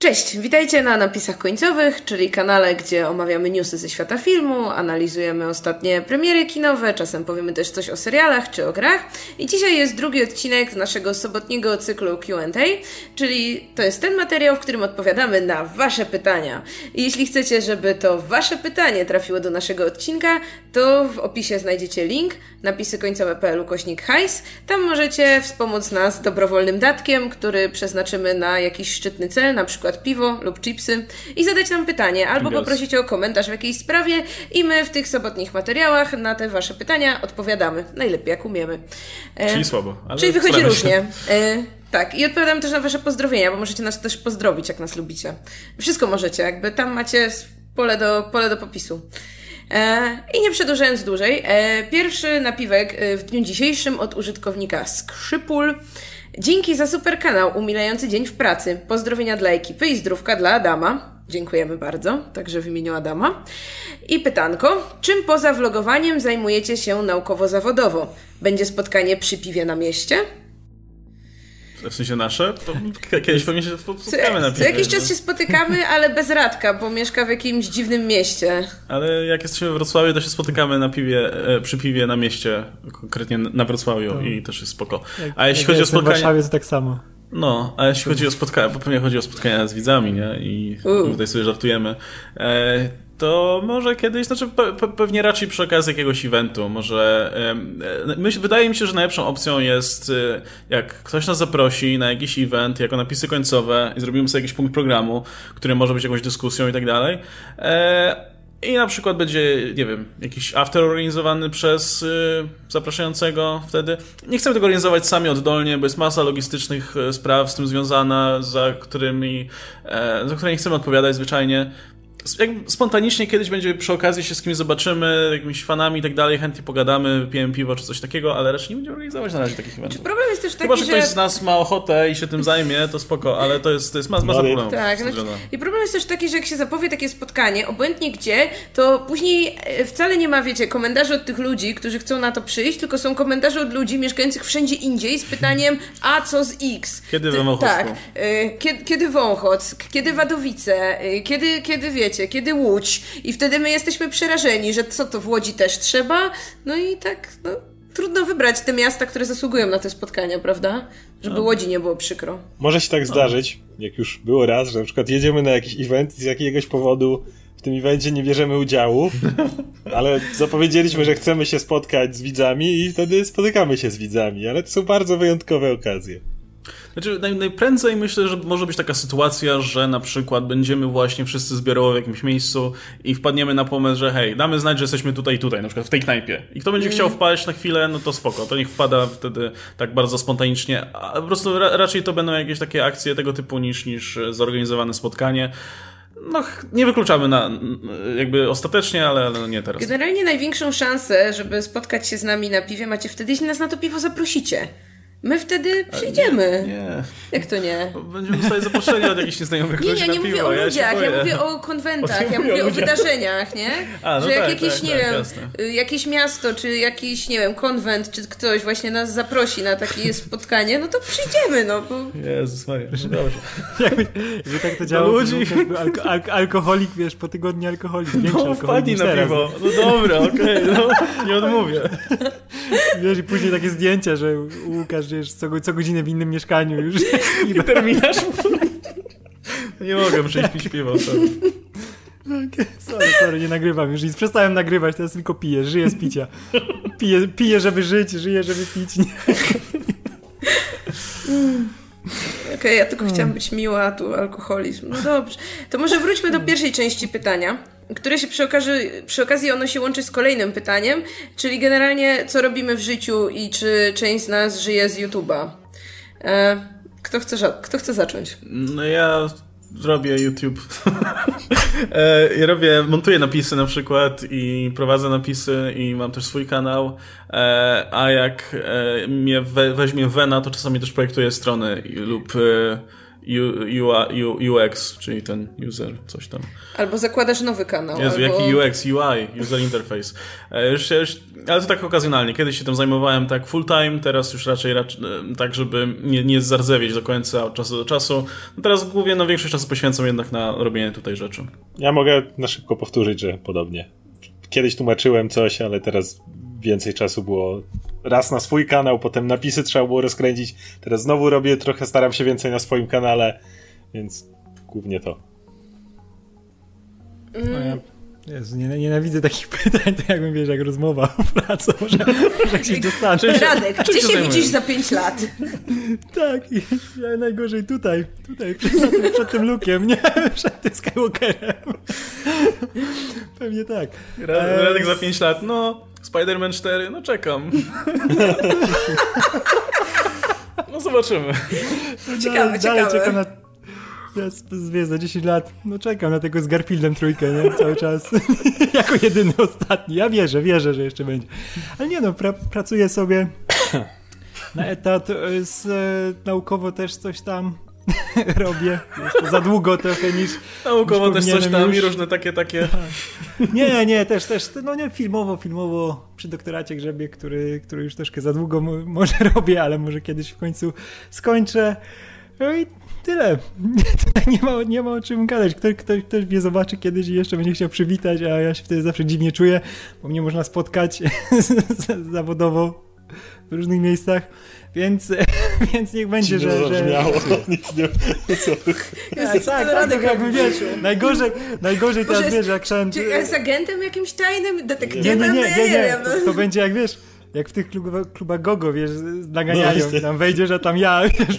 Cześć, witajcie na Napisach Końcowych, czyli kanale, gdzie omawiamy newsy ze świata filmu, analizujemy ostatnie premiery kinowe, czasem powiemy też coś o serialach czy o grach. I dzisiaj jest drugi odcinek naszego sobotniego cyklu Q&A, czyli to jest ten materiał, w którym odpowiadamy na wasze pytania. I jeśli chcecie, żeby to wasze pytanie trafiło do naszego odcinka, to w opisie znajdziecie link napisykońcowe.pl/hajs. Tam możecie wspomóc nas dobrowolnym datkiem, który przeznaczymy na jakiś szczytny cel, na przykład piwo lub chipsy i zadać nam pytanie, albo poprosić o komentarz w jakiejś sprawie i my w tych sobotnich materiałach na te wasze pytania odpowiadamy. Najlepiej jak umiemy. Czyli słabo. Ale czyli wychodzi różnie. Tak, i odpowiadamy też na wasze pozdrowienia, bo możecie nas też pozdrowić, jak nas lubicie. Wszystko możecie, jakby tam macie pole do popisu. I nie przedłużając dłużej, pierwszy napiwek w dniu dzisiejszym od użytkownika Skrzypul. Dzięki za super kanał, umilający dzień w pracy. Pozdrowienia dla ekipy i zdrówka dla Adama. Dziękujemy bardzo, także w imieniu Adama. I pytanko, czym poza vlogowaniem zajmujecie się naukowo-zawodowo? Będzie spotkanie przy piwie na mieście? W sensie nasze? To kiedyś pewnie się spotkamy na piwie. Co jakiś czas się spotykamy, ale bez Radka, bo mieszka w jakimś dziwnym mieście. Ale jak jesteśmy we Wrocławiu, to się spotykamy na piwie, przy piwie na mieście, konkretnie na Wrocławiu i też jest spoko. A jeśli chodzi o spotkanie... W Warszawie to tak samo. No, a jeśli chodzi o spotkania, bo pewnie chodzi o spotkania z widzami, nie? I tutaj sobie żartujemy. To może kiedyś, znaczy pewnie raczej przy okazji jakiegoś eventu, może wydaje mi się, że najlepszą opcją jest, jak ktoś nas zaprosi na jakiś event, jako napisy końcowe i zrobimy sobie jakiś punkt programu, który może być jakąś dyskusją i tak dalej. I na przykład będzie, nie wiem, jakiś after organizowany przez zapraszającego wtedy. Nie chcemy tego organizować sami oddolnie, bo jest masa logistycznych spraw z tym związana, za które nie chcemy odpowiadać zwyczajnie. Spontanicznie kiedyś będzie przy okazji się z kimś zobaczymy, jakimiś fanami i tak dalej, chętnie pogadamy, pijemy piwo czy coś takiego, ale raczej nie będziemy organizować na razie takich eventów. Problem jest też taki, chyba, że ktoś z nas ma ochotę i się tym zajmie, to spoko, ale to jest masa problemów. Tak, i problem jest też taki, że jak się zapowie takie spotkanie, obojętnie gdzie, to później wcale nie ma, wiecie, komentarzy od tych ludzi, którzy chcą na to przyjść, tylko są komentarze od ludzi mieszkających wszędzie indziej z pytaniem, a co z X? Kiedy we Wąchocku? Tak, kiedy Wąchock, kiedy Wadowice, kiedy wiecie, kiedy Łódź i wtedy my jesteśmy przerażeni, że co to w Łodzi też trzeba, no i tak, trudno wybrać te miasta, które zasługują na te spotkania, prawda? Żeby Łodzi nie było przykro. Może się tak zdarzyć, jak już było raz, że na przykład jedziemy na jakiś event i z jakiegoś powodu w tym evencie nie bierzemy udziału, ale zapowiedzieliśmy, że chcemy się spotkać z widzami i wtedy spotykamy się z widzami, ale to są bardzo wyjątkowe okazje. Znaczy, najprędzej myślę, że może być taka sytuacja, że na przykład będziemy właśnie wszyscy zbiorowo w jakimś miejscu i wpadniemy na pomysł, że hej, damy znać, że jesteśmy tutaj, na przykład w tej knajpie. I kto będzie chciał wpaść na chwilę, no to spoko, to niech wpada wtedy tak bardzo spontanicznie. A po prostu raczej to będą jakieś takie akcje tego typu niż zorganizowane spotkanie. No, nie wykluczamy jakby ostatecznie, ale nie teraz. Generalnie największą szansę, żeby spotkać się z nami na piwie macie wtedy, jeśli nas na to piwo zaprosicie. My wtedy przyjdziemy. Nie. Jak to nie? Będziemy dostać zaproszenia od jakichś nieznajomych ludzi. Nie mówię o ludziach, ja mówię o konwentach, ja mówię o wydarzeniach, nie? No że jak tak, jakieś, nie wiem, jakieś miasto, czy jakiś, nie wiem, konwent, czy ktoś właśnie nas zaprosi na takie spotkanie, no to przyjdziemy, no bo... Jezus Maria, dobrze. Jakby tak to działało, ludzi. Alkoholik, wiesz, po tygodniu alkoholik, większy alkoholik wpadnij na piwo. No dobra, okej, nie odmówię. Wiesz, i później takie zdjęcia, że Łukasz, wiesz, co godzinę w innym mieszkaniu już. I terminarz. Nie mogę przyjść pić piwo. Sorry, nie nagrywam już. Przestałem nagrywać, teraz tylko piję. Żyję z picia. Piję, żeby żyć, żyję, żeby pić. Okej, ja tylko chciałam być miła, a tu alkoholizm. No dobrze. To może wróćmy do pierwszej części pytania, które się przy okazji ono się łączy z kolejnym pytaniem, czyli generalnie co robimy w życiu i czy część z nas żyje z YouTube'a. Kto chce zacząć? No ja robię YouTube. Montuję napisy na przykład i prowadzę napisy i mam też swój kanał, a jak mnie weźmie wena, to czasami też projektuję strony lub UX, czyli ten user, coś tam. Albo zakładasz nowy kanał. Jezu, albo... jaki UX, UI, user interface. Ale to tak okazjonalnie. Kiedyś się tym zajmowałem tak full time, teraz już raczej tak, żeby nie zardzewieć do końca od czasu do czasu. No teraz głównie większość czasu poświęcam jednak na robienie tutaj rzeczy. Ja mogę na szybko powtórzyć, że podobnie. Kiedyś tłumaczyłem coś, ale teraz więcej czasu było raz na swój kanał, potem napisy trzeba było rozkręcić. Teraz znowu robię, trochę staram się więcej na swoim kanale, więc głównie to. No ja nienawidzę takich pytań, to jakbym, wiesz, jak rozmowa o pracy, może jak się dostanę. Radek, gdzie się widzisz za 5 lat? Tak, i ja najgorzej tutaj przed tym lukiem, nie? Przed tym Skywalkerem. Pewnie tak. Radek za 5 lat, no, Spider-Man 4, no czekam. No zobaczymy. Ciekawe. Czekam na... Wiesz, za 10 lat, no czekam na tego z Garfieldem trójkę, nie? Cały czas. Jako jedyny ostatni. Ja wierzę, że jeszcze będzie. Ale nie no, pracuję sobie na etat, naukowo też coś tam robię. Jeszcze za długo trochę niż naukowo też coś tam już. I różne takie. Nie, też, no nie, filmowo przy doktoracie grzebie, który już troszkę za długo może robię, ale może kiedyś w końcu skończę. No i tyle. Nie ma o czym gadać. Ktoś mnie zobaczy kiedyś i jeszcze będzie chciał przywitać, a ja się wtedy zawsze dziwnie czuję, bo mnie można spotkać zawodowo w różnych miejscach, więc niech będzie, że... Nic nie... Tak, jakby wiesz, najgorzej teraz wiesz, jak szedł... Z agentem jakimś tajnym, detektywem? Nie. To będzie jak wiesz, jak w tych klubach gogo, wiesz, naganiają, tam wejdziesz, a tam ja, wiesz...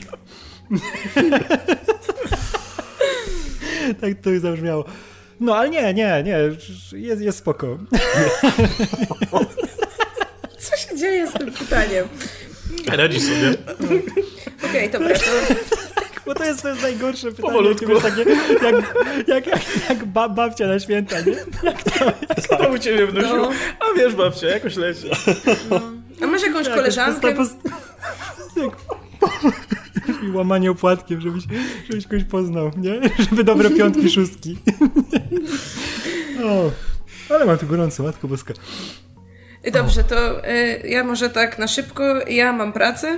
Tak to już zabrzmiało. No, ale nie, jest spoko. Co się dzieje z tym pytaniem? Radzi sobie. Okej, dobra, to... Bo to jest najgorsze pytanie. Powolutku. Takie, jak babcia na święta, nie? Co u ciebie wnosił? No. A wiesz, babcia, jakoś leci. No. A masz jakąś koleżankę? I łamanie opłatkiem, żebyś kogoś poznał, nie? Żeby dobre 5, 6. O, ale mam tu gorąco, Matko Boska. Dobrze, to ja może tak na szybko. Ja mam pracę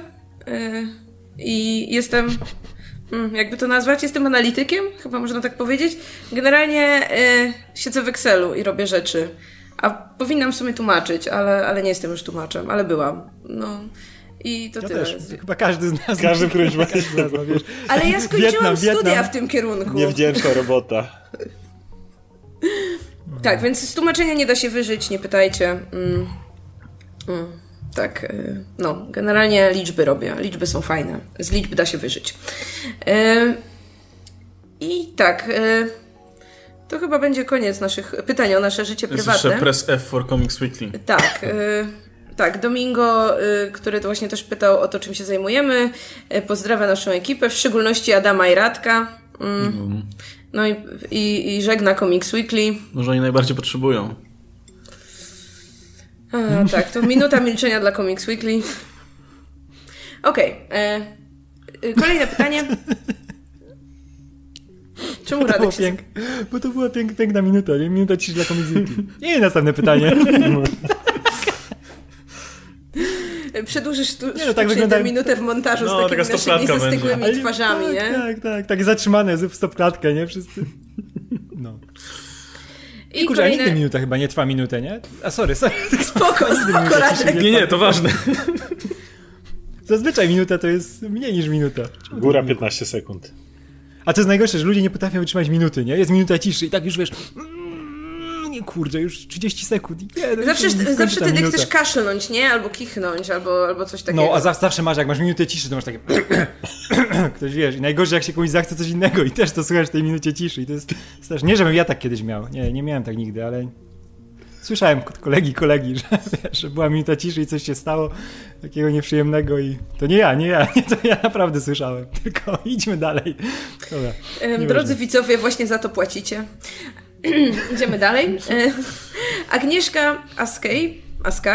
i jestem, jakby to nazwać, jestem analitykiem, chyba można tak powiedzieć. Generalnie siedzę w Excelu i robię rzeczy. A powinnam w sumie tłumaczyć, ale nie jestem już tłumaczem, ale byłam. No. I to tyle. Też. Chyba każdy z nas. Każdy, któryś ma. Wiesz. Ale ja skończyłam studia w tym kierunku. Niewdzięczna robota. Tak, więc z tłumaczenia nie da się wyżyć, nie pytajcie. Tak, no, generalnie liczby robię. Liczby są fajne. Z liczb da się wyżyć. I tak, to chyba będzie koniec naszych pytań o nasze życie prywatne. Jest jeszcze press F for Comics Weekly. Tak, tak, Domingo, który to właśnie też pytał o to, czym się zajmujemy, pozdrawia naszą ekipę, w szczególności Adama i Radka. No i żegna Comics Weekly. Może oni najbardziej potrzebują. Tak, to minuta milczenia dla Comics Weekly. Okej. Kolejne pytanie. Czemu Radek się... Bo to była piękna minuta, nie? Minuta ciszy dla Comics Weekly. I następne pytanie. Przedłużysz tak wygląda... minutę w montażu z takimi naszymi zastygłymi twarzami, nie? Tak zatrzymane, w stopklatkę, nie? Wszyscy. No. I kurczę, kolejne... nigdy minuta chyba nie trwa minutę, nie? A sorry. Spoko, Radek. Nie, to ważne. Zazwyczaj minuta to jest mniej niż minuta. Góra 15 sekund. A to jest najgorsze, że ludzie nie potrafią wytrzymać minuty, nie? Jest minuta ciszy i tak już wiesz... Nie, kurde, już 30 sekund. Nie, zawsze wtedy chcesz kaszlnąć, nie? Albo kichnąć, albo coś takiego. No, a zawsze masz, jak masz minutę ciszy, to masz takie... Ktoś wiesz, i najgorzej, jak się komuś zachce coś innego i też to słuchasz w tej minucie ciszy. I to jest straszne. Nie, żebym ja tak kiedyś miał. Nie miałem tak nigdy, ale... Słyszałem kolegi, że była minuta ciszy i coś się stało takiego nieprzyjemnego i to nie ja, to ja naprawdę słyszałem. Tylko idźmy dalej. Dobra, drodzy widzowie, właśnie za to płacicie. Idziemy dalej. Agnieszka Askaj,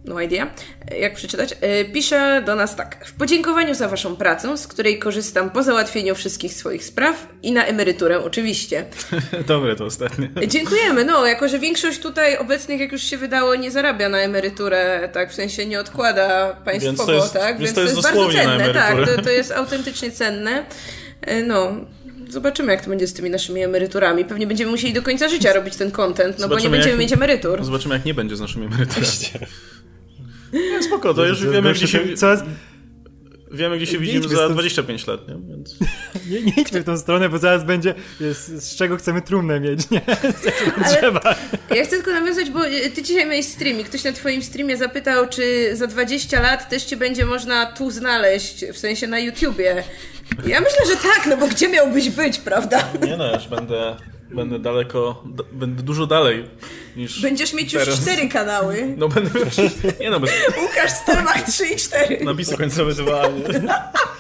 no idea, jak przeczytać, pisze do nas tak. W podziękowaniu za waszą pracę, z której korzystam po załatwieniu wszystkich swoich spraw i na emeryturę oczywiście. Dobre to ostatnie. Dziękujemy, no, jako że większość tutaj obecnych, jak już się wydało, nie zarabia na emeryturę, tak, w sensie nie odkłada państwowo, tak? Więc to jest bardzo cenne, tak, to jest autentycznie cenne. No, zobaczymy, jak to będzie z tymi naszymi emeryturami. Pewnie będziemy musieli do końca życia robić ten content, no zobaczymy, bo nie będziemy mieć emerytur. Zobaczymy, jak nie będzie z naszymi emeryturami. Nie, spoko, to już wiemy, gdzie się... Wiemy, gdzie się widzimy za 25 lat, nie? Więc... nie idźmy w tą stronę, bo zaraz będzie, z czego chcemy trumnę mieć, nie? Trzeba. Ja chcę tylko nawiązać, bo ty dzisiaj miałeś stream i ktoś na twoim streamie zapytał, czy za 20 lat też cię będzie można tu znaleźć, w sensie na YouTubie. Ja myślę, że tak, no bo gdzie miałbyś być, prawda? Nie no, już będę daleko, będę dużo dalej niż będziesz mieć teraz. Już 4 kanały. No będę, nie no, Łukasz Stelmach 3 i 4. Napisy końcowe 2, nie?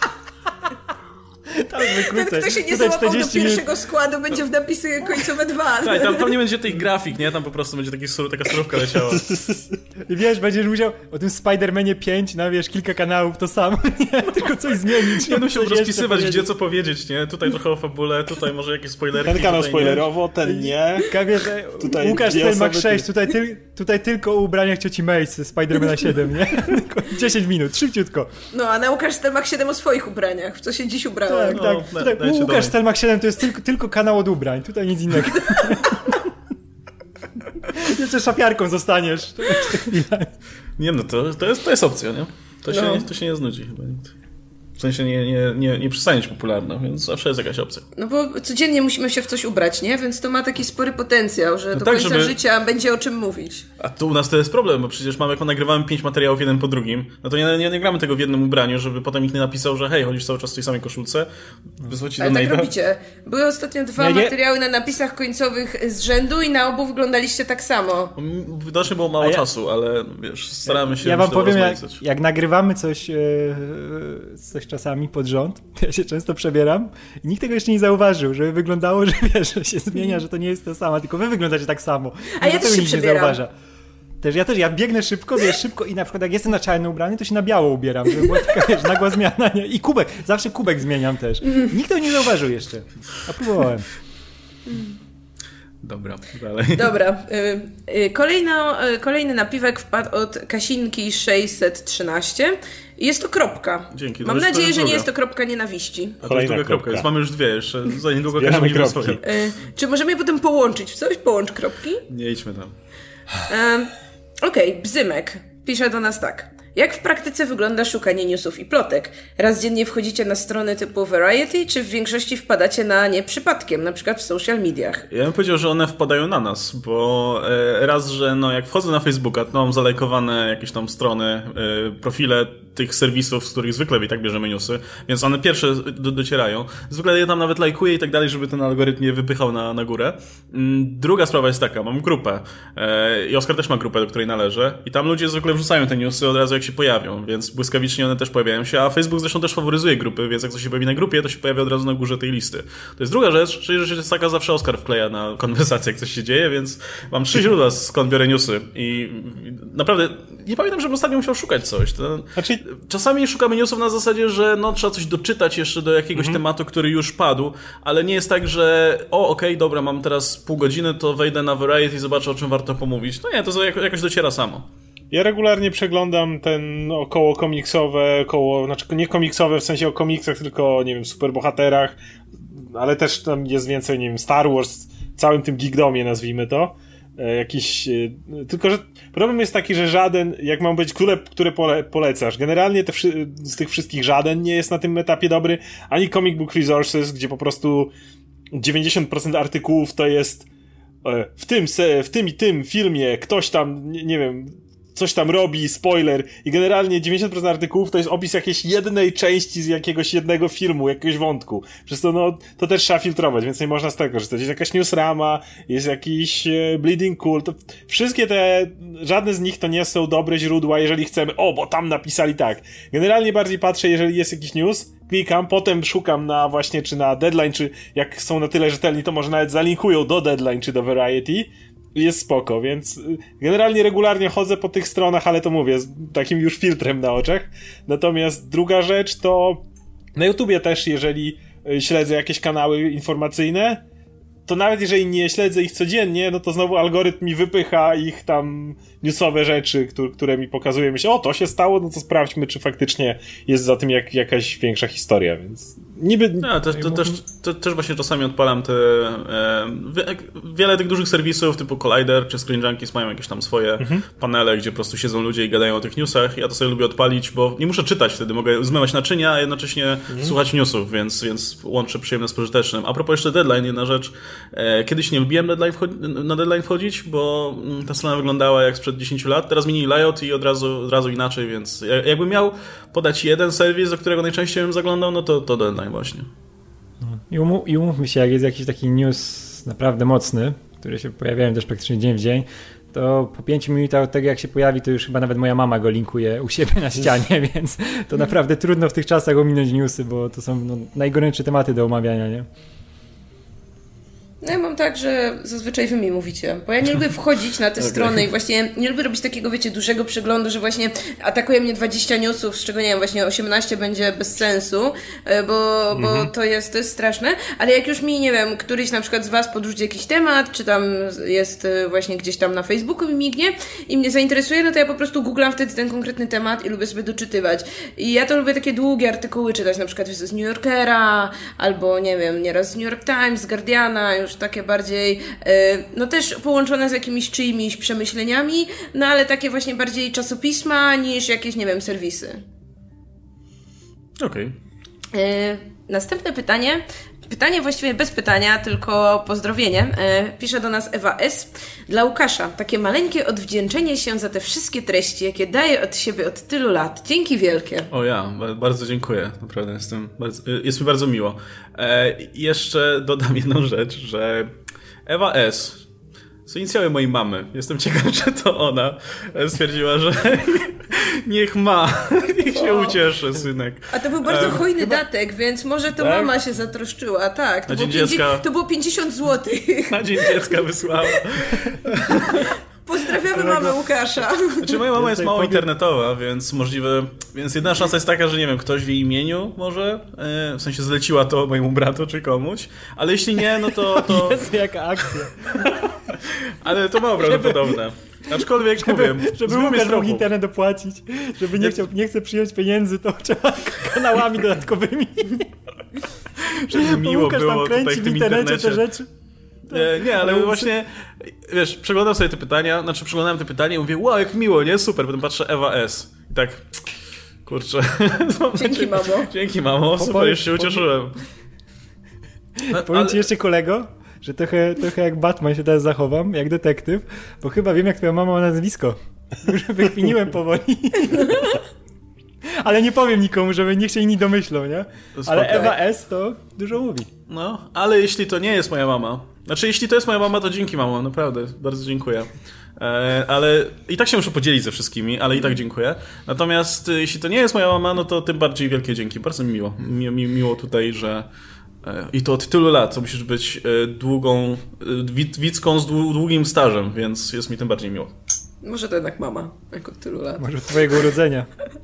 Ten, kto się nie załapał do pierwszego składu, będzie w napisy końcowe 2. Tak, tam nie będzie tych grafik, nie? Tam po prostu będzie taka surówka leciała. I wiesz, będziesz musiał o tym Spider-Manie 5, wiesz, kilka kanałów to samo, nie? Tylko coś zmienić. Nie musiał rozpisywać, gdzie co powiedzieć, nie? Tutaj trochę o fabule, tutaj może jakieś spoilerki. Ten kanał spoilerowo, ten nie. Wiesz, tutaj Łukasz Stelmach 6, tutaj tylko o ubraniach cioci May z Spider-Mana 7, nie? Tylko 10 minut, szybciutko. No, a na Łukasz Stelmach 7 o swoich ubraniach, w co się dziś ubrałem. Tak. Łukasz Stelmach 7 to jest tylko kanał od ubrań, tutaj nic innego. Jeszcze szafiarką zostaniesz. To jeszcze chwilę. Nie no, to jest opcja, nie? To się nie znudzi chyba. W sensie nie przestanie być popularna, więc zawsze jest jakaś opcja. No bo codziennie musimy się w coś ubrać, nie? Więc to ma taki spory potencjał, że do końca życia będzie o czym mówić. A tu u nas to jest problem, bo przecież jak nagrywamy 5 materiałów jeden po drugim, no to nie gramy tego w jednym ubraniu, żeby potem nikt nie napisał, że hej, chodzisz cały czas w tej samej koszulce, wysłać ci do tak robicie. Były ostatnio 2 materiały na napisach końcowych z rzędu i na obu wyglądaliście tak samo. Widocznie było mało czasu, ale wiesz, staramy się... Ja wam powiem, jak nagrywamy coś czasami pod rząd, to ja się często przebieram i nikt tego jeszcze nie zauważył, żeby wyglądało, że wiesz, że się zmienia, że to nie jest to samo, tylko wy wyglądacie tak samo. A ja też się przebieram. Ja biegnę szybko i na przykład jak jestem na czarno ubrany, to się na biało ubieram, żeby była taka, wiesz, nagła zmiana, nie? I zawsze kubek zmieniam też. Nikt tego nie zauważył jeszcze, a próbowałem. Dobra, dalej. Dobra. Kolejny napiwek wpadł od Kasinki 613. Jest to kropka. Dzięki. Mam nadzieję, że nie jest to kropka nienawiści. A to jest druga kropka. Więc mamy już 2 jeszcze. Za niedługo Kasinki swoje. Czy możemy je potem połączyć w coś? Połącz kropki? Nie idźmy tam. Okej, Bzymek pisze do nas tak. Jak w praktyce wygląda szukanie newsów i plotek? Raz dziennie wchodzicie na strony typu Variety, czy w większości wpadacie na nie przypadkiem, na przykład w social mediach? Ja bym powiedział, że one wpadają na nas, bo raz, że jak wchodzę na Facebooka, to mam zalajkowane jakieś tam strony, profile tych serwisów, z których zwykle i tak bierzemy newsy, więc one pierwsze docierają. Zwykle je tam nawet lajkuję i tak dalej, żeby ten algorytm nie wypychał na górę. Druga sprawa jest taka, mam grupę i Oskar też ma grupę, do której należę i tam ludzie zwykle wrzucają te newsy od razu jak się pojawią, więc błyskawicznie one też pojawiają się, a Facebook zresztą też faworyzuje grupy, więc jak coś się pojawi na grupie, to się pojawia od razu na górze tej listy. To jest druga rzecz, czyli że jest taka zawsze Oskar wkleja na konwersację, jak coś się dzieje, więc mam 3 źródła, skąd biorę newsy i naprawdę nie pamiętam, żebym ostatnio musiał szukać coś. Czasami szukamy newsów na zasadzie, że trzeba coś doczytać jeszcze do jakiegoś tematu, który już padł, ale nie jest tak, że okej, dobra, mam teraz pół godziny, to wejdę na Variety i zobaczę, o czym warto pomówić. No nie, to jakoś dociera samo. Ja regularnie przeglądam ten około komiksowe, znaczy nie komiksowe w sensie o komiksach, tylko nie wiem, superbohaterach, ale też tam jest więcej, nie wiem, Star Wars, całym tym geekdomie nazwijmy to. Tylko, że problem jest taki, że żaden, jak mam być, które polecasz, generalnie z tych wszystkich żaden nie jest na tym etapie dobry, ani Comic Book Resources, gdzie po prostu 90% artykułów to jest w tym i tym filmie ktoś tam, nie wiem, coś tam robi, spoiler i generalnie 90% artykułów to jest opis jakiejś jednej części z jakiegoś jednego filmu, jakiegoś wątku. Przez to to też trzeba filtrować, więc nie można z tego korzystać. Jest jakaś newsrama, jest jakiś Bleeding Cool, to wszystkie żadne z nich to nie są dobre źródła, jeżeli chcemy, bo tam napisali tak. Generalnie bardziej patrzę, jeżeli jest jakiś news, klikam, potem szukam na czy na Deadline, czy jak są na tyle rzetelni, to może nawet zalinkują do Deadline, czy do Variety. jest spoko, więc generalnie regularnie chodzę po tych stronach, ale to mówię, z takim już filtrem na oczach. Natomiast druga rzecz to na YouTubie też, jeżeli śledzę jakieś kanały informacyjne, to nawet jeżeli nie śledzę ich codziennie, no to znowu algorytm mi wypycha ich tam newsowe rzeczy, które mi pokazują. Myślę, o, to się stało, no to sprawdźmy, czy faktycznie jest za tym jakaś większa historia, więc niby... No, też właśnie czasami odpalam te... wiele tych dużych serwisów typu Collider czy Screen Junkies mają jakieś tam swoje panele, gdzie po prostu siedzą ludzie i gadają o tych newsach. Ja to sobie lubię odpalić, bo nie muszę czytać wtedy, mogę zmywać naczynia, a jednocześnie słuchać newsów, więc łączę przyjemne z pożytecznym. A propos jeszcze Deadline, jedna rzecz. Kiedyś nie lubiłem na Deadline wchodzić, bo ta strona wyglądała jak sprzed 10 lat. Teraz zmienili layout i od razu inaczej, więc jakbym miał podać jeden serwis, do którego najczęściej bym zaglądał, no to Deadline właśnie. I umówmy się, jak jest jakiś taki news naprawdę mocny, które się pojawiają też praktycznie dzień w dzień, to po 5 minutach od tego, jak się pojawi, to już chyba nawet moja mama go linkuje u siebie na ścianie, więc to naprawdę trudno w tych czasach ominąć newsy, bo to są najgorętsze tematy do omawiania, nie? No ja mam tak, że zazwyczaj wy mi mówicie, bo ja nie lubię wchodzić na te strony i właśnie nie lubię robić takiego, wiecie, dużego przeglądu, że właśnie atakuje mnie 20 newsów, z czego nie wiem, właśnie 18 będzie bez sensu, bo to jest straszne, ale jak już mi, nie wiem, któryś na przykład z was podrzuci jakiś temat, czy tam jest właśnie gdzieś tam na Facebooku mi mignie i mnie zainteresuje, no to ja po prostu googlam wtedy ten konkretny temat i lubię sobie doczytywać. I ja to lubię takie długie artykuły czytać, na przykład z New Yorkera, albo nie wiem, nieraz z New York Times, z Guardiana, już takie bardziej, no też połączone z jakimiś czyimiś przemyśleniami, no ale takie właśnie bardziej czasopisma niż jakieś, nie wiem, serwisy. Okej. Następne pytanie. Pytanie właściwie bez pytania, tylko pozdrowienie. Pisze do nas Ewa S. Dla Łukasza, takie maleńkie odwdzięczenie się za te wszystkie treści, jakie daje od siebie od tylu lat. Dzięki wielkie. O ja, bardzo dziękuję. Naprawdę jest mi bardzo miło. Jeszcze dodam jedną rzecz, że Ewa S. są inicjały mojej mamy. Jestem ciekaw, czy to ona stwierdziła, że niech się ucieszy, synek. A to był bardzo hojny datek, więc może to mama się zatroszczyła. Tak, to było 50 zł. Na Dzień Dziecka wysłała. Pozdrawiamy mamę Łukasza. Znaczy moja mama jest mało internetowa, więc więc jedyna szansa jest taka, że nie wiem, ktoś w jej imieniu może, w sensie zleciła to mojemu bratu czy komuś, ale jeśli nie, no to... Jest jaka akcja. Ale to mało prawdopodobne. Aczkolwiek żeby Łukasz mógł internet dopłacić, żeby nie chce przyjąć pieniędzy, to trzeba kanałami dodatkowymi. Żeby miło Łukasz było tam kręci tutaj w tym w internecie internecie. te rzeczy. Nie, ale właśnie, wiesz, przeglądam sobie te pytania, przeglądałem te pytania i mówię, wow, jak miło, nie? Super, potem patrzę Ewa S. I tak, kurczę. Dzięki, mamo. Dzięki, mamo, super, już się ucieszyłem. Powiem ci jeszcze, kolego, że trochę jak Batman się teraz zachowam, jak detektyw, bo chyba wiem, jak twoja mama ma nazwisko. Już wykminiłem powoli. Ale nie powiem nikomu, żeby niech się inni domyślą, nie? Ale Ewa S. to dużo mówi. No, ale jeśli to nie jest moja mama, jeśli to jest moja mama, to dzięki, mamo, naprawdę, bardzo dziękuję. Ale i tak się muszę podzielić ze wszystkimi, ale i tak dziękuję. Natomiast jeśli to nie jest moja mama, no to tym bardziej wielkie dzięki. Bardzo mi miło. Miło tutaj, że i to od tylu lat, to musisz być widzką z długim stażem, więc jest mi tym bardziej miło. Może to jednak mama, jak od tylu lat. Może od twojego urodzenia.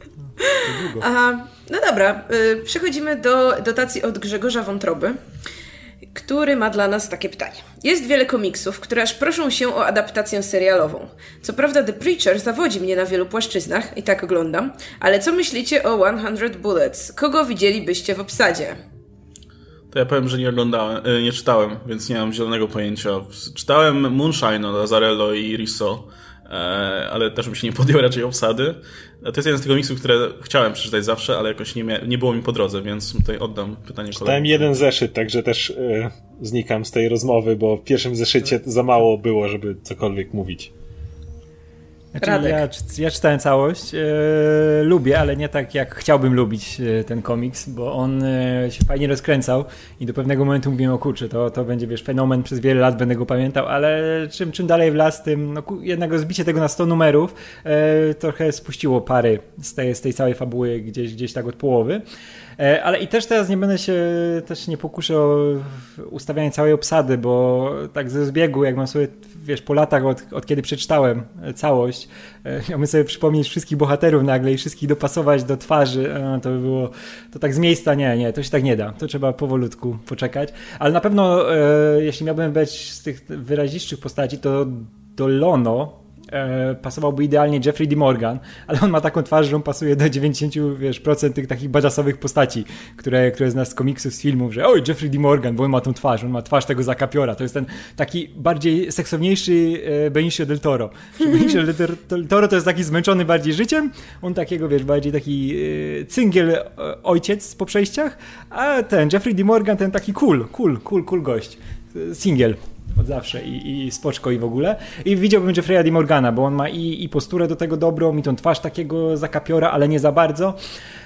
No dobra, przechodzimy do dotacji od Grzegorza Wątroby, który ma dla nas takie pytanie. Jest wiele komiksów, które aż proszą się o adaptację serialową. Co prawda The Preacher zawodzi mnie na wielu płaszczyznach i tak oglądam, ale co myślicie o 100 Bullets? Kogo widzielibyście w obsadzie? To ja powiem, że nie czytałem, więc nie mam zielonego pojęcia. Czytałem Moonshine od Azzarello i Risso, ale też bym się nie podjął raczej obsady. To jest jeden z tych komiksów, które chciałem przeczytać zawsze, ale jakoś nie było mi po drodze, więc tutaj oddam pytanie kolejne. Czytałem jeden zeszyt, także też znikam z tej rozmowy, bo w pierwszym zeszycie za mało było, żeby cokolwiek mówić. Znaczy, ja czytałem całość, lubię, ale nie tak jak chciałbym lubić ten komiks, bo on się fajnie rozkręcał i do pewnego momentu mówiłem, o kurczę, to będzie, wiesz, fenomen, przez wiele lat będę go pamiętał, ale czym dalej w las, tym jednak rozbicie tego na 100 numerów trochę spuściło pary z tej całej fabuły gdzieś tak od połowy. Ale i też teraz nie pokuszę o ustawianie całej obsady, bo tak ze zbiegu, jak mam sobie, wiesz, po latach od kiedy przeczytałem całość, miałbym sobie przypomnieć wszystkich bohaterów nagle i wszystkich dopasować do twarzy, to by było, to tak z miejsca, nie, to się tak nie da, to trzeba powolutku poczekać, ale na pewno jeśli miałbym wybrać z tych wyrazistszych postaci, to do Lono pasowałby idealnie Jeffrey D. Morgan, ale on ma taką twarz, że on pasuje do 90% tych takich badasowych postaci, które znasz z komiksów, z filmów, że oj, Jeffrey D. Morgan, bo on ma tą twarz, on ma twarz tego zakapiora, to jest ten taki bardziej seksowniejszy Benicio del Toro. Benicio del Toro to jest taki zmęczony bardziej życiem, on takiego, wiesz, bardziej taki cyngiel ojciec po przejściach, a ten Jeffrey D. Morgan, ten taki cool gość, singiel od zawsze i spoczko i w ogóle. I widziałbym Jeffrey'a D. Morgana, bo on ma i posturę do tego dobrą, i tą twarz takiego zakapiora, ale nie za bardzo.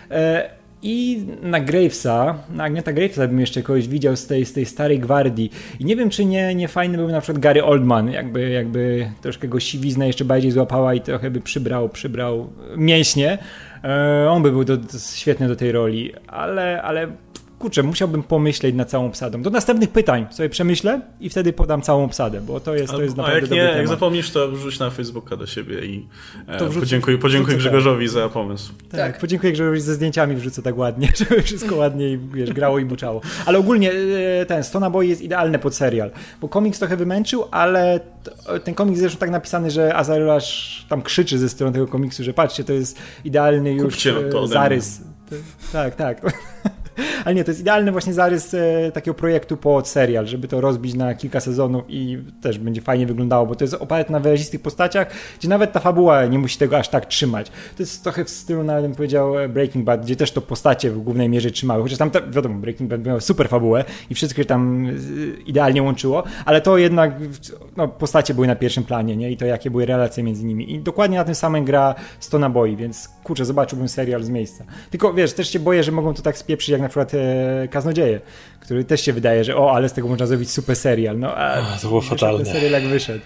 I na Agneta Gravesa bym jeszcze kogoś widział z tej starej gwardii. I nie wiem, czy nie fajny był na przykład Gary Oldman, jakby troszkę go siwizna jeszcze bardziej złapała i trochę by przybrał mięśnie. On by był świetny do tej roli, ale kurczę, musiałbym pomyśleć nad całą obsadą. Do następnych pytań sobie przemyślę i wtedy podam całą obsadę, bo to jest naprawdę dobry temat. Jak zapomnisz, to wrzuć na Facebooka do siebie i podziękuj Grzegorzowi za pomysł. Tak, podziękuję Grzegorzowi ze zdjęciami, wrzucę tak ładnie, żeby wszystko ładniej, wiesz, grało i buczało. Ale ogólnie ten 100 naboi jest idealny pod serial, bo komiks trochę wymęczył, ale ten komiks zresztą tak napisany, że Azarosz tam krzyczy ze strony tego komiksu, że patrzcie, to jest idealny już zarys. Tak. Ale nie, to jest idealny właśnie zarys takiego projektu pod serial, żeby to rozbić na kilka sezonów i też będzie fajnie wyglądało, bo to jest oparte na wyrazistych postaciach, gdzie nawet ta fabuła nie musi tego aż tak trzymać. To jest trochę w stylu, nawet bym powiedział, Breaking Bad, gdzie też to postacie w głównej mierze trzymały, chociaż tam, wiadomo, Breaking Bad miał super fabułę i wszystko się tam idealnie łączyło, ale to jednak postacie były na pierwszym planie, nie? I to jakie były relacje między nimi. I dokładnie na tym samym gra 100 naboi, więc kurczę, zobaczyłbym serial z miejsca. Tylko wiesz, też się boję, że mogą to tak spieprzyć jak na przykład Kaznodzieje, który też się wydaje, że ale z tego można zrobić super serial. To było fatalne. Ten serial jak wyszedł.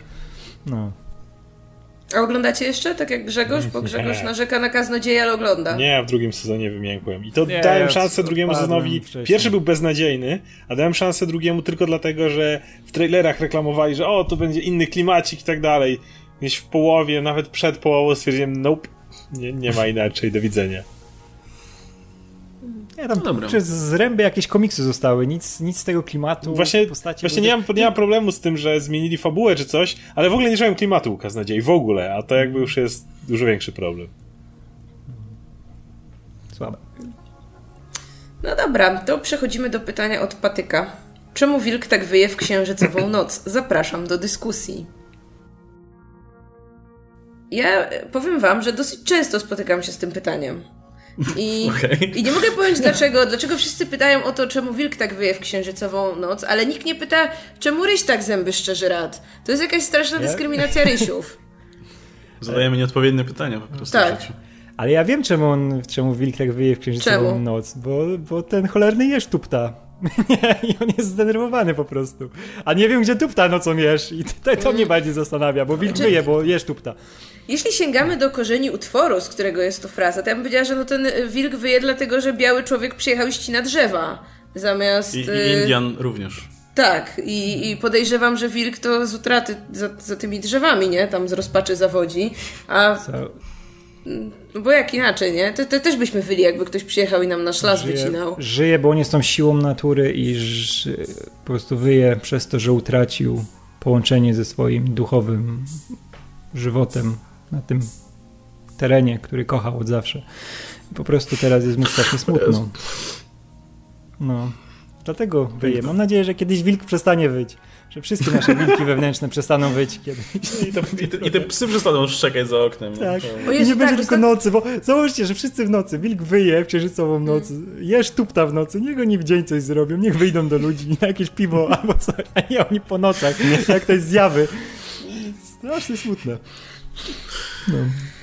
A oglądacie jeszcze? Tak jak Grzegorz? Bo Grzegorz narzeka na Kaznodzieje, ale ogląda. Nie, ja w drugim sezonie wymiękłem. I to dałem szansę drugiemu sezonowi. Pierwszy był beznadziejny, a dałem szansę drugiemu tylko dlatego, że w trailerach reklamowali, że to będzie inny klimacik i tak dalej. Gdzieś w połowie, nawet przed połową stwierdziłem, nope, nie ma inaczej, do widzenia. Nie, tam przez zręby jakieś komiksy zostały, nic z tego klimatu. Właśnie nie mam problemu z tym, że zmienili fabułę czy coś, ale w ogóle nie czułem klimatu Kaznodziei, w ogóle, a to jakby już jest dużo większy problem. Słabe. No dobra, to przechodzimy do pytania od Patyka. Czemu wilk tak wyje w księżycową noc? Zapraszam do dyskusji. Ja powiem wam, że dosyć często spotykam się z tym pytaniem. I nie mogę powiedzieć dlaczego wszyscy pytają o to, czemu wilk tak wyje w księżycową noc, ale nikt nie pyta, czemu ryś tak zęby szczerzy rad. To jest jakaś straszna dyskryminacja rysiów. Zadajemy nieodpowiednie pytania po prostu. Tak. Ale ja wiem, czemu wilk tak wyje w księżycową noc, bo ten cholerny jeż tupta. Nie, i on jest zdenerwowany po prostu. A nie wiem, gdzie tupta nocą jesz. I to mnie bardziej zastanawia, bo wilk wyje, bo jesz tupta. Jeśli sięgamy do korzeni utworu, z którego jest to fraza, to ja bym powiedziała, że ten wilk wyje dlatego, że biały człowiek przyjechał i ścina drzewa. Zamiast... I Indian również. Tak, i podejrzewam, że wilk to z utraty za tymi drzewami, nie? Tam z rozpaczy zawodzi. No bo jak inaczej, nie? To też byśmy wyli, jakby ktoś przyjechał i nam nasz las wycinał. Żyje, bo on jest tą siłą natury i po prostu wyje przez to, że utracił połączenie ze swoim duchowym żywotem na tym terenie, który kochał od zawsze. Po prostu teraz jest mu strasznie smutno. Dlatego wyje. Mam nadzieję, że kiedyś wilk przestanie wyć. Że wszystkie nasze wilki wewnętrzne przestaną wyć kiedyś. I te psy przestaną szczekać za oknem. Tak. I nie będzie tylko nocy, bo założcie, że wszyscy w nocy. Wilk wyje w księżycową noc. Jesz tupta w nocy. Niech oni w dzień coś zrobią. Niech wyjdą do ludzi na jakieś piwo albo coś. A nie oni po nocach. Jak to jest zjawy. Strasznie smutne. No.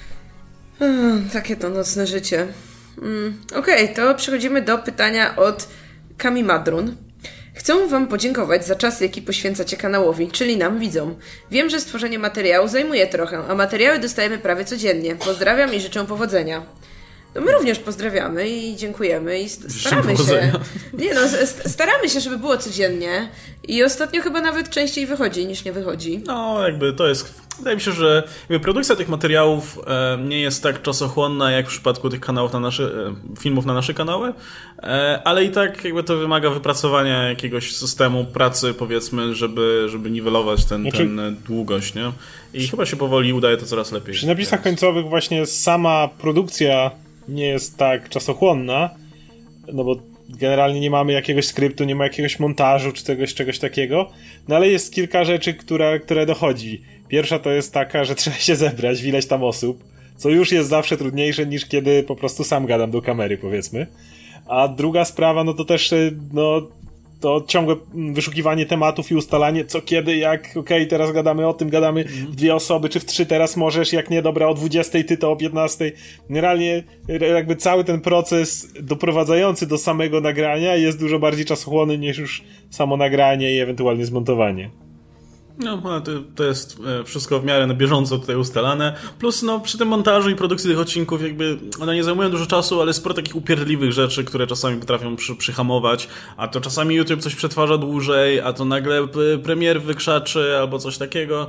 Takie to nocne życie. Okej, to przechodzimy do pytania od Kami Madrun. Chcę Wam podziękować za czas, jaki poświęcacie kanałowi, czyli nam, widzom. Wiem, że stworzenie materiału zajmuje trochę, a materiały dostajemy prawie codziennie. Pozdrawiam i życzę powodzenia. No my również pozdrawiamy i dziękujemy i staramy się. Nie no, staramy się, żeby było codziennie i ostatnio chyba nawet częściej wychodzi niż nie wychodzi. No jakby to jest... Wydaje mi się, że produkcja tych materiałów nie jest tak czasochłonna jak w przypadku tych kanałów filmów na nasze kanały, ale i tak jakby to wymaga wypracowania jakiegoś systemu pracy, powiedzmy, żeby niwelować tę długość, nie? I chyba się powoli udaje to coraz lepiej. Przy napisach końcowych właśnie sama produkcja nie jest tak czasochłonna, no bo generalnie nie mamy jakiegoś skryptu, nie ma jakiegoś montażu czy czegoś takiego, no ale jest kilka rzeczy, które dochodzi. Pierwsza to jest taka, że trzeba się zebrać w ileś tam osób, co już jest zawsze trudniejsze niż kiedy po prostu sam gadam do kamery, powiedzmy. A druga sprawa, no to też, to ciągłe wyszukiwanie tematów i ustalanie co, kiedy, jak, teraz gadamy o tym, gadamy w 2 osoby, czy w 3 teraz możesz, jak nie, dobra, o 20, ty to o 15. Generalnie jakby cały ten proces doprowadzający do samego nagrania jest dużo bardziej czasochłonny niż już samo nagranie i ewentualnie zmontowanie. No, to jest wszystko w miarę na bieżąco tutaj ustalane. Plus, przy tym montażu i produkcji tych odcinków jakby one nie zajmują dużo czasu, ale sporo takich upierdliwych rzeczy, które czasami potrafią przyhamować, a to czasami YouTube coś przetwarza dłużej, a to nagle premier wykrzaczy albo coś takiego.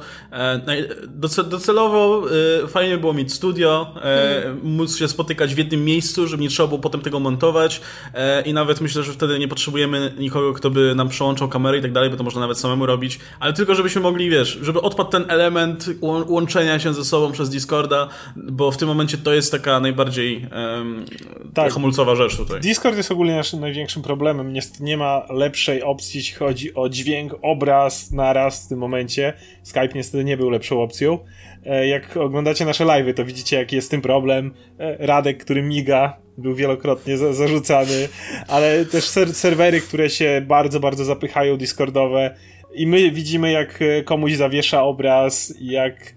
Docelowo fajnie było mieć studio, móc się spotykać w jednym miejscu, żeby nie trzeba było potem tego montować i nawet myślę, że wtedy nie potrzebujemy nikogo, kto by nam przełączał kamerę i tak dalej, bo to można nawet samemu robić, ale tylko żebyśmy mogli, żeby odpadł ten element łączenia się ze sobą przez Discorda, bo w tym momencie to jest taka najbardziej hamulcowa rzecz tutaj. Discord jest ogólnie naszym największym problemem. Nie ma lepszej opcji, jeśli chodzi o dźwięk, obraz naraz w tym momencie. Skype niestety nie był lepszą opcją. Jak oglądacie nasze live'y, to widzicie, jaki jest z tym problem. Radek, który miga, był wielokrotnie zarzucany, ale też serwery, które się bardzo, bardzo zapychają Discordowe. I my widzimy, jak komuś zawiesza obraz, jak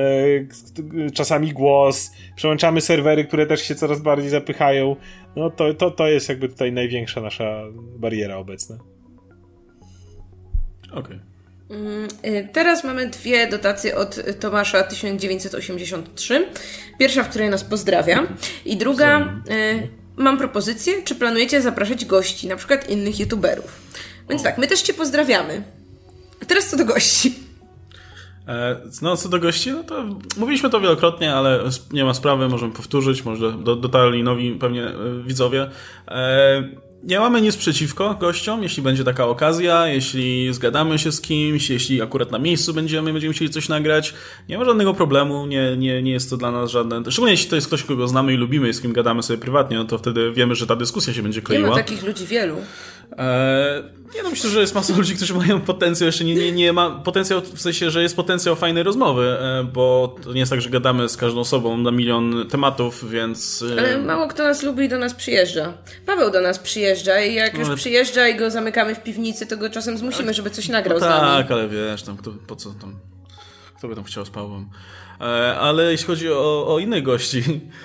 czasami głos, przełączamy serwery, które też się coraz bardziej zapychają. No to jest jakby tutaj największa nasza bariera obecna. Okej. Teraz mamy 2 dotacje od Tomasza 1983. Pierwsza, w której nas pozdrawia, i druga, mam propozycję, czy planujecie zapraszać gości, na przykład innych youtuberów. Więc tak, my też Cię pozdrawiamy. A teraz co do gości. Co do gości, no to mówiliśmy to wielokrotnie, ale nie ma sprawy, możemy powtórzyć, może dotarli nowi pewnie widzowie. Nie mamy nic przeciwko gościom, jeśli będzie taka okazja, jeśli zgadamy się z kimś, jeśli akurat na miejscu będziemy chcieli coś nagrać, nie ma żadnego problemu, nie jest to dla nas żadne... Szczególnie jeśli to jest ktoś, kogo znamy i lubimy i z kim gadamy sobie prywatnie, no to wtedy wiemy, że ta dyskusja się będzie kleiła. Nie ma takich ludzi wielu. Myślę, że jest masa ludzi, którzy mają potencjał, jeszcze nie ma potencjał, w sensie, że jest potencjał fajnej rozmowy, bo to nie jest tak, że gadamy z każdą osobą na milion tematów, więc... Ale mało kto nas lubi i do nas przyjeżdża. Paweł do nas przyjeżdża i jak już przyjeżdża i go zamykamy w piwnicy, to go czasem zmusimy, żeby coś nagrał z nami. Tak, ale wiesz, tam po co tam... Kto by tam chciał z Pawłem? Ale jeśli chodzi o innych gości,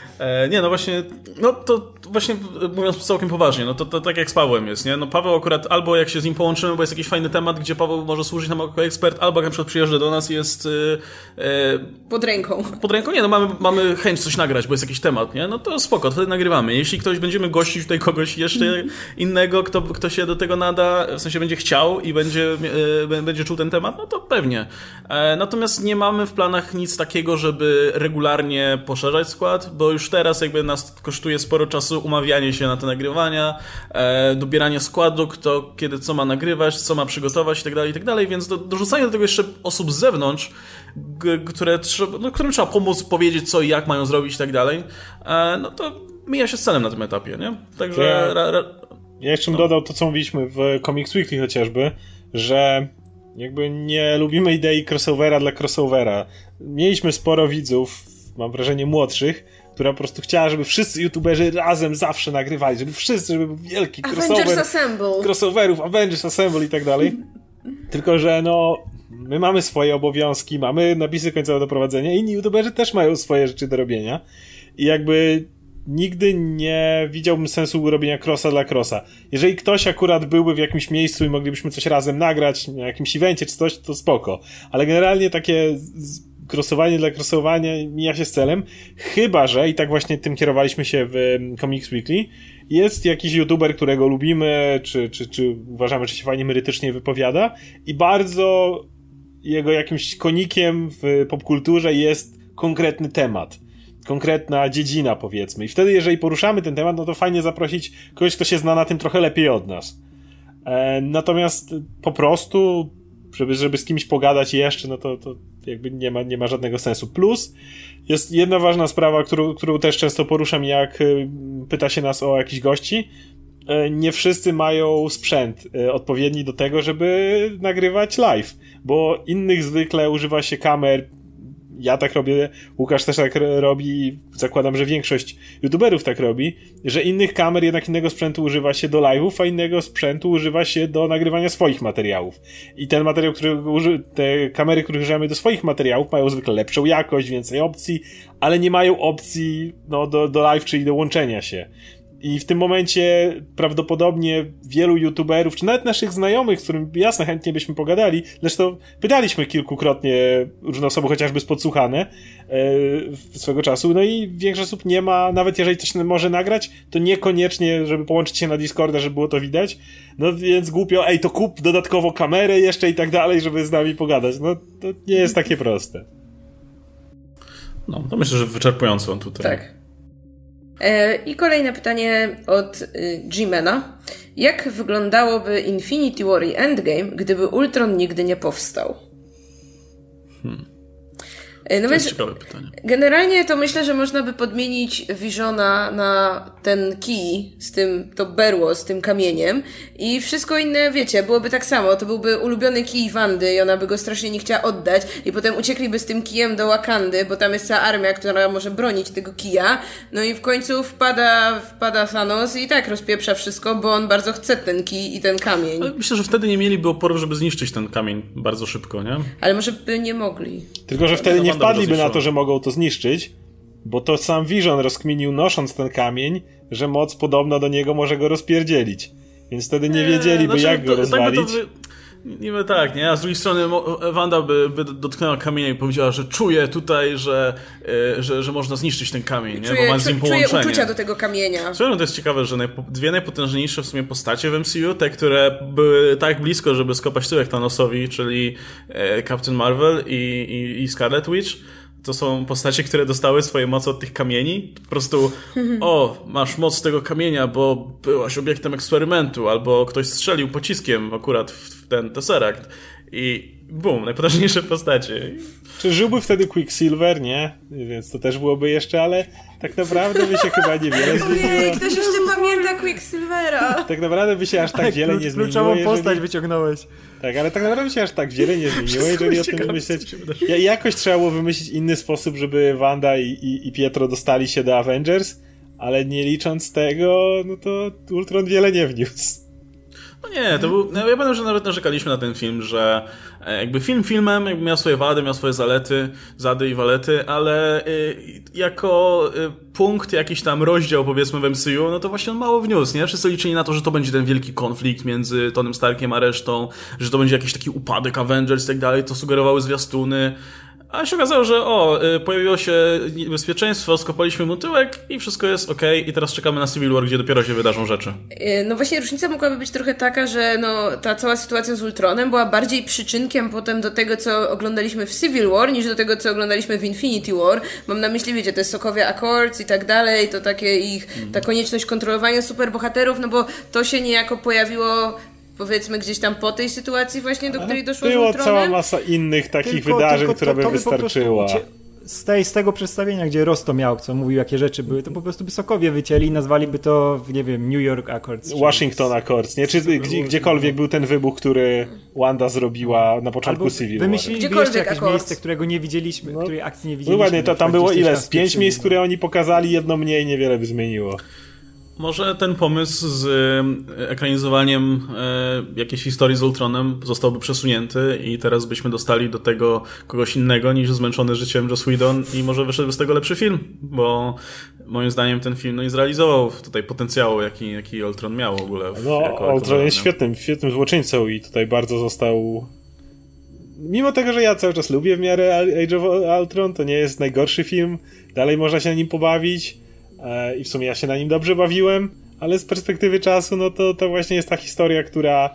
to właśnie mówiąc całkiem poważnie, to tak jak z Pawłem jest, nie? No Paweł akurat albo jak się z nim połączymy, bo jest jakiś fajny temat, gdzie Paweł może służyć nam jako ekspert, albo jak na przykład przyjeżdża do nas i jest... Pod ręką. Nie, mamy chęć coś nagrać, bo jest jakiś temat, nie? No to spoko, wtedy nagrywamy. Jeśli będziemy gościć tutaj kogoś jeszcze innego, kto się do tego nada, w sensie będzie chciał i będzie czuł ten temat, no to pewnie. Natomiast nie mamy w planach nic takiego, żeby regularnie poszerzać skład, bo już teraz jakby nas kosztuje sporo czasu umawianie się na te nagrywania, dobieranie składu, kto kiedy co ma nagrywać, co ma przygotować i tak dalej, więc dorzucanie do tego jeszcze osób z zewnątrz, którym trzeba pomóc, powiedzieć co i jak mają zrobić i tak dalej, no to mija się z celem na tym etapie, nie? Także... Ja jeszcze bym dodał to, co mówiliśmy w Comics Weekly chociażby, że jakby nie lubimy idei crossovera dla crossovera. Mieliśmy sporo widzów, mam wrażenie młodszych, która po prostu chciała, żeby wszyscy youtuberzy razem zawsze nagrywali, żeby był wielki crossover crossoverów, Avengers Assemble i tak dalej. Tylko, że My mamy swoje obowiązki, mamy napisy końcowe do prowadzenia, inni youtuberzy też mają swoje rzeczy do robienia i jakby nigdy nie widziałbym sensu robienia crossa dla crossa. Jeżeli ktoś akurat byłby w jakimś miejscu i moglibyśmy coś razem nagrać na jakimś evencie czy coś, to spoko. Ale generalnie takie crossowanie dla crossowania mija się z celem, chyba że, i tak właśnie tym kierowaliśmy się w Comics Weekly, jest jakiś youtuber, którego lubimy, czy uważamy, że się fajnie merytorycznie wypowiada i bardzo jego jakimś konikiem w popkulturze jest konkretny temat. Konkretna dziedzina, powiedzmy. I wtedy, jeżeli poruszamy ten temat, no to fajnie zaprosić kogoś, kto się zna na tym trochę lepiej od nas. Natomiast po prostu, żeby z kimś pogadać jeszcze, no to jakby nie ma żadnego sensu. Plus jest jedna ważna sprawa, którą też często poruszam, jak pyta się nas o jakichś gości. Nie wszyscy mają sprzęt odpowiedni do tego, żeby nagrywać live, bo innych zwykle używa się kamer. Ja tak robię, Łukasz też tak robi, zakładam, że większość youtuberów tak robi, że innych kamer, jednak innego sprzętu używa się do live'ów, a innego sprzętu używa się do nagrywania swoich materiałów. I ten materiał, te kamery, które używamy do swoich materiałów, mają zwykle lepszą jakość, więcej opcji, ale nie mają opcji do live, czyli do łączenia się. I w tym momencie prawdopodobnie wielu youtuberów, czy nawet naszych znajomych, z którymi jasne chętnie byśmy pogadali, zresztą pytaliśmy kilkukrotnie różne osoby, chociażby podsłuchane swego czasu, no i większość osób nie ma, nawet jeżeli coś może nagrać, to niekoniecznie, żeby połączyć się na Discorda, żeby było to widać, no więc głupio, to kup dodatkowo kamerę jeszcze i tak dalej, żeby z nami pogadać. No to nie jest takie proste. No, to myślę, że wyczerpująco tutaj. Tak. I kolejne pytanie od G-Mana. Jak wyglądałoby Infinity War i Endgame, gdyby Ultron nigdy nie powstał? To jest ciekawe pytanie. Generalnie to myślę, że można by podmienić Visiona na ten kij to berło z tym kamieniem i wszystko inne, wiecie, byłoby tak samo. To byłby ulubiony kij Wandy i ona by go strasznie nie chciała oddać i potem uciekliby z tym kijem do Wakandy, bo tam jest cała armia, która może bronić tego kija. No i w końcu wpada Thanos i tak rozpieprza wszystko, bo on bardzo chce ten kij i ten kamień. Ale myślę, że wtedy nie mieliby oporu, żeby zniszczyć ten kamień bardzo szybko, nie? Ale może by nie mogli. Tylko, że wtedy nie wpadliby na to, że mogą to zniszczyć, bo to sam Vision rozkminił, nosząc ten kamień, że moc podobna do niego może go rozpierdzielić. Więc wtedy nie wiedzieliby, jak go rozwalić. Niby tak, nie? A z drugiej strony Wanda by dotknęła kamienia i powiedziała, że czuje tutaj, że można zniszczyć ten kamień, nie? Bo ma z nim połączenie. Czuje uczucia do tego kamienia. Słuchaj, no to jest ciekawe, że dwie najpotężniejsze w sumie postacie w MCU, te, które były tak blisko, żeby skopać tyłek Thanosowi, czyli Captain Marvel i Scarlet Witch, to są postacie, które dostały swoje moce od tych kamieni. Po prostu, masz moc tego kamienia, bo byłaś obiektem eksperymentu, albo ktoś strzelił pociskiem akurat w ten Tesseract. I bum, najpotężniejsze postacie. Czy żyłby wtedy Quicksilver? Nie, więc to też byłoby jeszcze, ale tak naprawdę by się chyba niewiele zmieniło. Ktoś jeszcze pamięta Quicksilvera. Tak naprawdę by się aż tak wiele nie zmieniło. Kluczową postać wyciągnąłeś. Tak, ale tak naprawdę by się aż tak wiele nie zmieniło, jeżeli o tym wymyśleć. Jakoś trzeba było wymyślić inny sposób, żeby Wanda i Pietro dostali się do Avengers, ale nie licząc tego, no to Ultron wiele nie wniósł. No nie, to był... Ja pamiętam, że nawet narzekaliśmy na ten film, że jakby film filmem jakby miał swoje wady, miał swoje zady i walety, ale jako punkt, jakiś tam rozdział powiedzmy w MCU, no to właśnie on mało wniósł, nie? Wszyscy liczyli na to, że to będzie ten wielki konflikt między Tonym Starkiem a resztą, że to będzie jakiś taki upadek Avengers i tak dalej, to sugerowały zwiastuny. A się okazało, że pojawiło się niebezpieczeństwo, skopaliśmy mu tyłek i wszystko jest okej. I teraz czekamy na Civil War, gdzie dopiero się wydarzą rzeczy. No właśnie różnica mogłaby być trochę taka, że ta cała sytuacja z Ultronem była bardziej przyczynkiem potem do tego, co oglądaliśmy w Civil War, niż do tego, co oglądaliśmy w Infinity War. Mam na myśli, wiecie, te Sokovia Accords i tak dalej, to takie ta konieczność kontrolowania superbohaterów, no bo to się niejako pojawiło powiedzmy gdzieś tam po tej sytuacji właśnie, do której doszło z Ultronem. Była cała masa innych takich wydarzeń, która by wystarczyła. Z tego przedstawienia, gdzie Ross to miał, co mówił, jakie rzeczy były, to po prostu by Sokowie wycięli i nazwali to, nie wiem, New York Accords. Washington Accords, nie? Czy gdziekolwiek był ten wybuch, który Wanda zrobiła na początku Civil War. Wymyśliliby jeszcze jakieś miejsce, którego nie widzieliśmy, której akcji nie widzieliśmy. Dokładnie, tam było ile? Z 5 miejsc, które oni pokazali, jedno mniej, niewiele by zmieniło. Może ten pomysł z ekranizowaniem jakiejś historii z Ultronem zostałby przesunięty i teraz byśmy dostali do tego kogoś innego niż zmęczony życiem Joss Whedon i może wyszedłby z tego lepszy film, bo moim zdaniem ten film nie zrealizował tutaj potencjału, jaki Ultron miał w ogóle. Ultron jest świetnym złoczyńcą i tutaj bardzo został... Mimo tego, że ja cały czas lubię w miarę Age of Ultron, to nie jest najgorszy film, dalej można się na nim pobawić i w sumie ja się na nim dobrze bawiłem, ale z perspektywy czasu, no to właśnie jest ta historia, która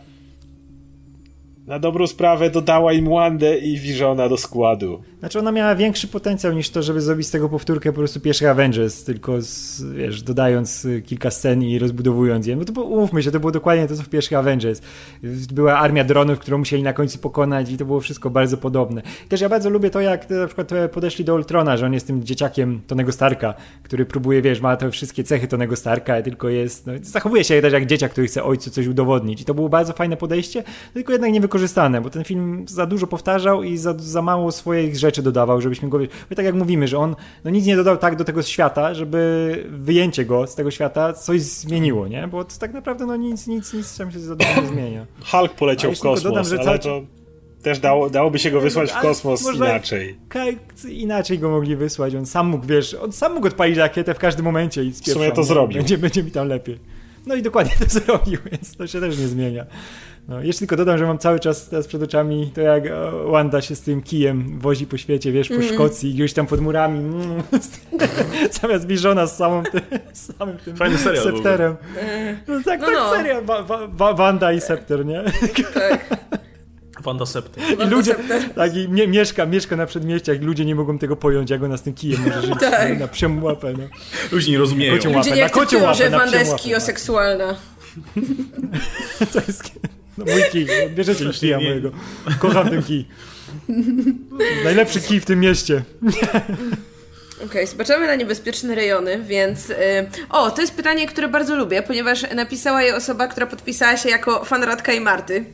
na dobrą sprawę dodała im Wandę i Visiona do składu. Znaczy ona miała większy potencjał niż to, żeby zrobić z tego powtórkę po prostu pierwszych Avengers, tylko dodając kilka scen i rozbudowując je. No to umówmy się, to było dokładnie to, co w pierwszych Avengers. Była armia dronów, którą musieli na końcu pokonać i to było wszystko bardzo podobne. Też ja bardzo lubię to, jak na przykład podeszli do Ultrona, że on jest tym dzieciakiem Tonego Starka, który próbuje, ma te wszystkie cechy Tonego Starka, tylko jest, zachowuje się też jak dzieciak, który chce ojcu coś udowodnić. I to było bardzo fajne podejście, tylko jednak niewykorzystane, bo ten film za dużo powtarzał i za mało swoich rzeczy dodawał, żebyśmy go... Bo tak jak mówimy, że on nic nie dodał tak do tego świata, żeby wyjęcie go z tego świata coś zmieniło, nie? Bo to tak naprawdę nic tam się za dużo nie zmienia. Hulk poleciał w kosmos, dodam, że ale to też dałoby się go wysłać w kosmos inaczej. Inaczej go mogli wysłać. On sam mógł odpalić rakietę w każdym momencie i w sumie to zrobił. Będzie mi tam lepiej. No i dokładnie to zrobił, więc to się też nie zmienia. No, jeszcze tylko dodam, że mam cały czas teraz przed oczami to, jak Wanda się z tym kijem wozi po świecie, po Szkocji i gdzieś tam pod murami zamiast Visiona z samym tym fajny serial Scepterem. Serial Wanda i Scepter, nie? Tak. Wanda Scepter. I ludzie, mieszka na przedmieściach i ludzie nie mogą tego pojąć, jak ona z tym kijem może żyć na psią łapę. No. Ludzie nie rozumieją. Ludzie nie akceptują, że Wanda jest kijoseksualna. To jest... No mój kij, bierzecie kija mojego. Kocham ten kij. Najlepszy kij w tym mieście. Okej, zobaczymy na niebezpieczne rejony, więc... to jest pytanie, które bardzo lubię, ponieważ napisała je osoba, która podpisała się jako fan Radka i Marty.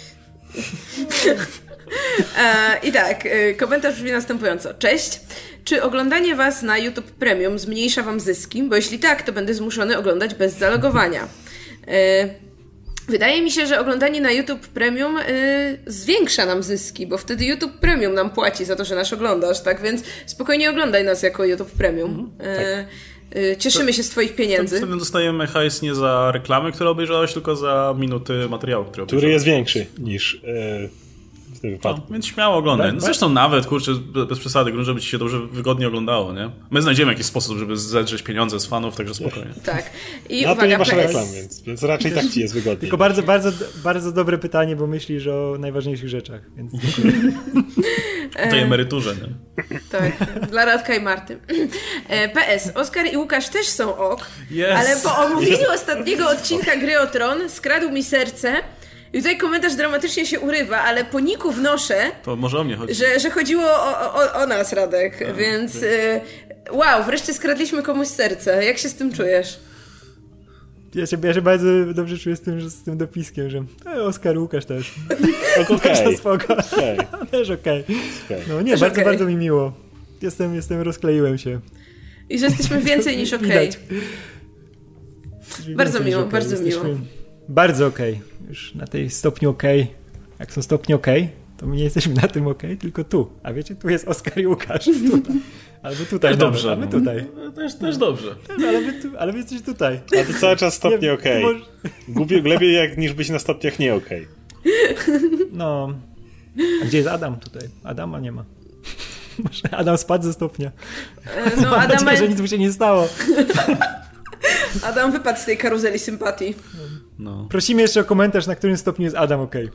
I tak, komentarz brzmi następująco. Cześć. Czy oglądanie was na YouTube Premium zmniejsza wam zyski? Bo jeśli tak, to będę zmuszony oglądać bez zalogowania. Wydaje mi się, że oglądanie na YouTube Premium zwiększa nam zyski, bo wtedy YouTube Premium nam płaci za to, że nas oglądasz, tak? Więc spokojnie oglądaj nas jako YouTube Premium. Cieszymy się z twoich pieniędzy. Wtedy dostajemy hajs nie za reklamy, które obejrzałeś, tylko za minuty materiału, który jest większy niż w tym wypadku. Więc śmiało oglądaj. Zresztą nawet, bez przesady, żeby ci się dobrze, wygodnie oglądało, nie? My znajdziemy jakiś sposób, żeby zedrzeć pieniądze z fanów, także spokojnie. Tak. I uwaga, to nie masz reklam, więc raczej tak ci jest wygodnie. Tylko bardzo, bardzo, bardzo dobre pytanie, bo myślisz o najważniejszych rzeczach. Więc... O tej emeryturze, nie? Tak, dla Radka i Marty. PS, Oskar i Łukasz też są ok, ale po omówieniu ostatniego odcinka Gry o Tron skradł mi serce. I tutaj komentarz dramatycznie się urywa, ale po niku wnoszę, to może o mnie chodzi. Że chodziło o nas, Radek, więc wow, wreszcie skradliśmy komuś serce. Jak się z tym czujesz? Ja się bardzo dobrze czuję z tym dopiskiem, że Oskar, Łukasz też. Okej. Spoko. Też okej. No nie, bardzo, bardzo mi miło. Rozkleiłem się. I że jesteśmy więcej niż okej. Bardzo miło, bardzo miło. Bardzo okej. Już na tej stopniu okej. Jak są stopnie okej, to my nie jesteśmy na tym okej, tylko tu. A wiecie, tu jest Oskar i Łukasz. Tutaj. Albo tutaj. Też dobrze. A my tutaj. Też dobrze. Ale wy jesteście tutaj. A to cały czas stopnie okej. Lepiej niż być na stopniach nie okej. No. A gdzie jest Adam tutaj? Adama nie ma. Adam spadł ze stopnia. No, Mam nadzieję, że nic mu się nie stało. Adam wypadł z tej karuzeli sympatii. No. Prosimy jeszcze o komentarz, na którym stopniu jest Adam okej.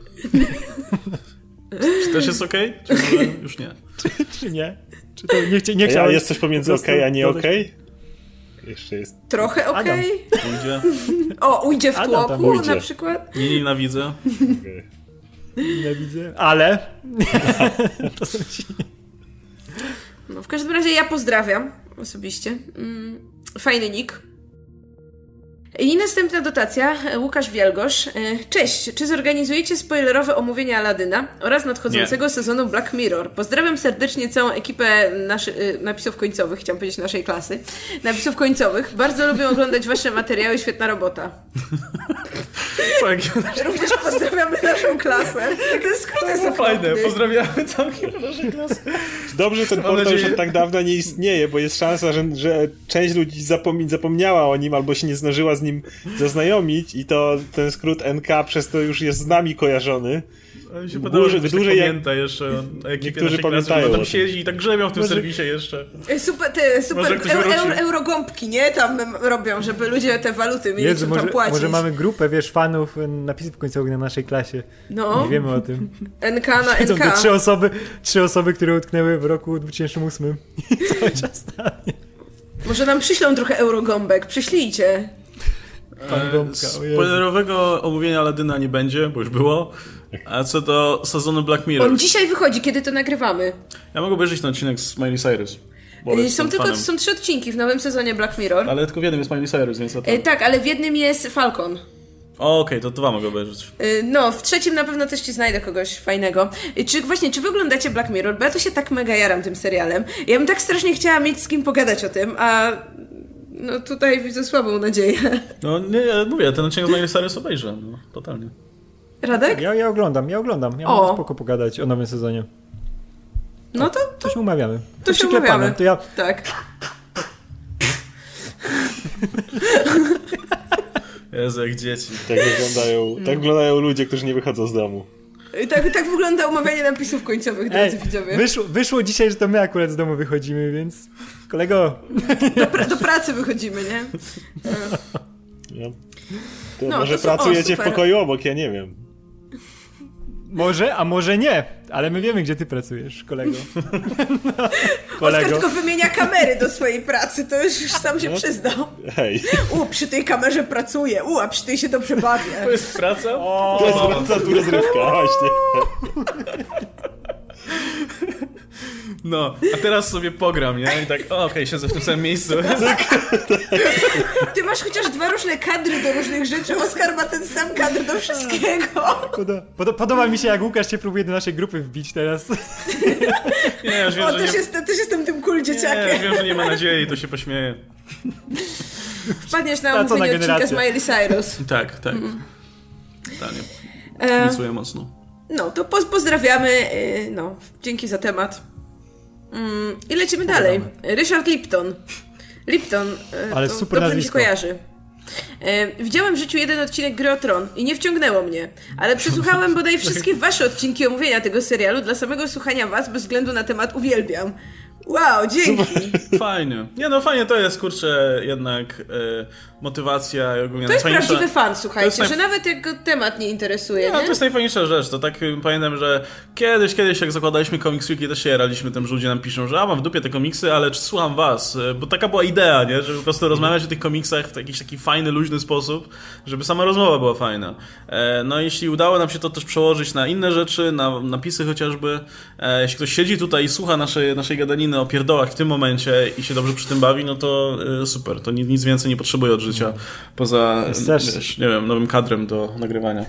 Czy też jest okej? Czy już nie? Czy nie? Czy to nie chciałem? A jest coś pomiędzy okej, a nie okej? Jeszcze jest... Trochę okej? Ujdzie. Ujdzie w tłoku na przykład? Nie nienawidzę. Nienawidzę, ale... To są ci... No, w każdym razie ja pozdrawiam osobiście. Fajny nick. I następna dotacja, Łukasz Wielgosz. Cześć, czy zorganizujecie spoilerowe omówienie Aladyna oraz nadchodzącego sezonu Black Mirror? Pozdrawiam serdecznie całą ekipę napisów końcowych, chciałam powiedzieć naszej klasy. Napisów końcowych. Bardzo lubię oglądać wasze materiały, świetna robota. Również pozdrawiamy naszą klasę. Ten skrót jest okropny. Fajne, pozdrawiamy całą ekipę naszej klasy. Dobrze, ten portal już od tak dawna nie istnieje, bo jest szansa, że część ludzi zapomniała o nim albo się nie zdążyła z nim zaznajomić i to ten skrót NK przez to już jest z nami kojarzony. Mi się podoba, że ktoś tak pamięta jeszcze o ekipie naszej klasy, że tam siedzi i tak grzebią w tym serwisie jeszcze. Super eurogąbki, nie? Tam robią, żeby ludzie te waluty mieli czym tam płacić. Może mamy grupę, fanów napisów końcowych na naszej klasie. No. Nie wiemy o tym. NK na NK. To trzy osoby, które utknęły w roku 2008 i cały czas tam. Może nam przyślą trochę eurogąbek, przyślijcie. Spoilerowego omówienia Aladyna nie będzie, bo już było. A co do sezonu Black Mirror? On dzisiaj wychodzi, kiedy to nagrywamy. Ja mogę obejrzeć ten odcinek z Miley Cyrus. Są 3 odcinki w nowym sezonie Black Mirror. Ale tylko w jednym jest Miley Cyrus, więc... Tak, ale w jednym jest Falcon. Okej, to 2 mogę obejrzeć. No, w trzecim na pewno też ci znajdę kogoś fajnego. Czy wy oglądacie Black Mirror? Bo ja to się tak mega jaram tym serialem. Ja bym tak strasznie chciała mieć z kim pogadać o tym, a... No tutaj widzę słabą nadzieję. No nie, ja mówię, ten odcinek z Miley Cyrus obejrzę, no, totalnie. Radek? Ja oglądam. Ja mogę spoko pogadać o nowym sezonie. No to się umawiamy. To się umawiamy. To ja... Tak. Jezu, jak dzieci. Tak wyglądają ludzie, którzy nie wychodzą z domu. Tak wygląda umawianie napisów końcowych, drodzy widzowie. Wyszło dzisiaj, że to my akurat z domu wychodzimy, więc kolego... Do pracy wychodzimy, nie? Może pracujecie w pokoju obok, ja nie wiem. Może, a może nie, ale my wiemy, gdzie ty pracujesz, kolego. Oskar tylko wymienia kamery do swojej pracy, to już sam się przyznał. Hej. Przy tej kamerze pracuję, a przy tej się dobrze bawię. To jest praca? To jest praca, tu rozrywka, właśnie. No, a teraz sobie pogram, nie? I tak, okej, siedzę w tym samym miejscu. Ty masz chociaż 2 różne kadry do różnych rzeczy, Oskar ma ten sam kadr do wszystkiego. Podoba mi się, jak Łukasz cię próbuje do naszej grupy wbić teraz. Nie, już wiem, też jestem tym cool dzieciakiem. Nie, wiem, że nie ma nadziei, to się pośmieję. Wpadniesz na omówienie odcinka z Miley Cyrus. Tak. Totalnie. Kibicuję mocno. No, to pozdrawiamy. Dzięki za temat. I lecimy dalej. Richard Lipton. Ale to super dobrze nazwisko. mi się kojarzy. Widziałem w życiu jeden odcinek Gry o Tron i nie wciągnęło mnie, ale przesłuchałem bodaj wszystkie wasze odcinki omówienia tego serialu. Dla samego słuchania was, bez względu na temat, uwielbiam. Wow, dzięki. Fajnie. Fajnie to jest, kurczę, jednak motywacja i ogólnie to jest najfajniejsza... prawdziwy fan, słuchajcie, że nawet jak go temat nie interesuje, to jest najfajniejsza rzecz. To tak pamiętam, że kiedyś jak zakładaliśmy Comics Weekly, też się jaraliśmy tym, że ludzie nam piszą, że mam w dupie te komiksy, ale czy słucham was? Bo taka była idea, nie? Żeby po prostu rozmawiać o tych komiksach w jakiś taki fajny, luźny sposób, żeby sama rozmowa była fajna. No jeśli udało nam się to też przełożyć na inne rzeczy, na napisy chociażby, jeśli ktoś siedzi tutaj i słucha naszej gadaniny o pierdołach w tym momencie i się dobrze przy tym bawi, no to super. To nic więcej nie potrzebuje od życia. Poza, nie wiem, nowym kadrem do nagrywania.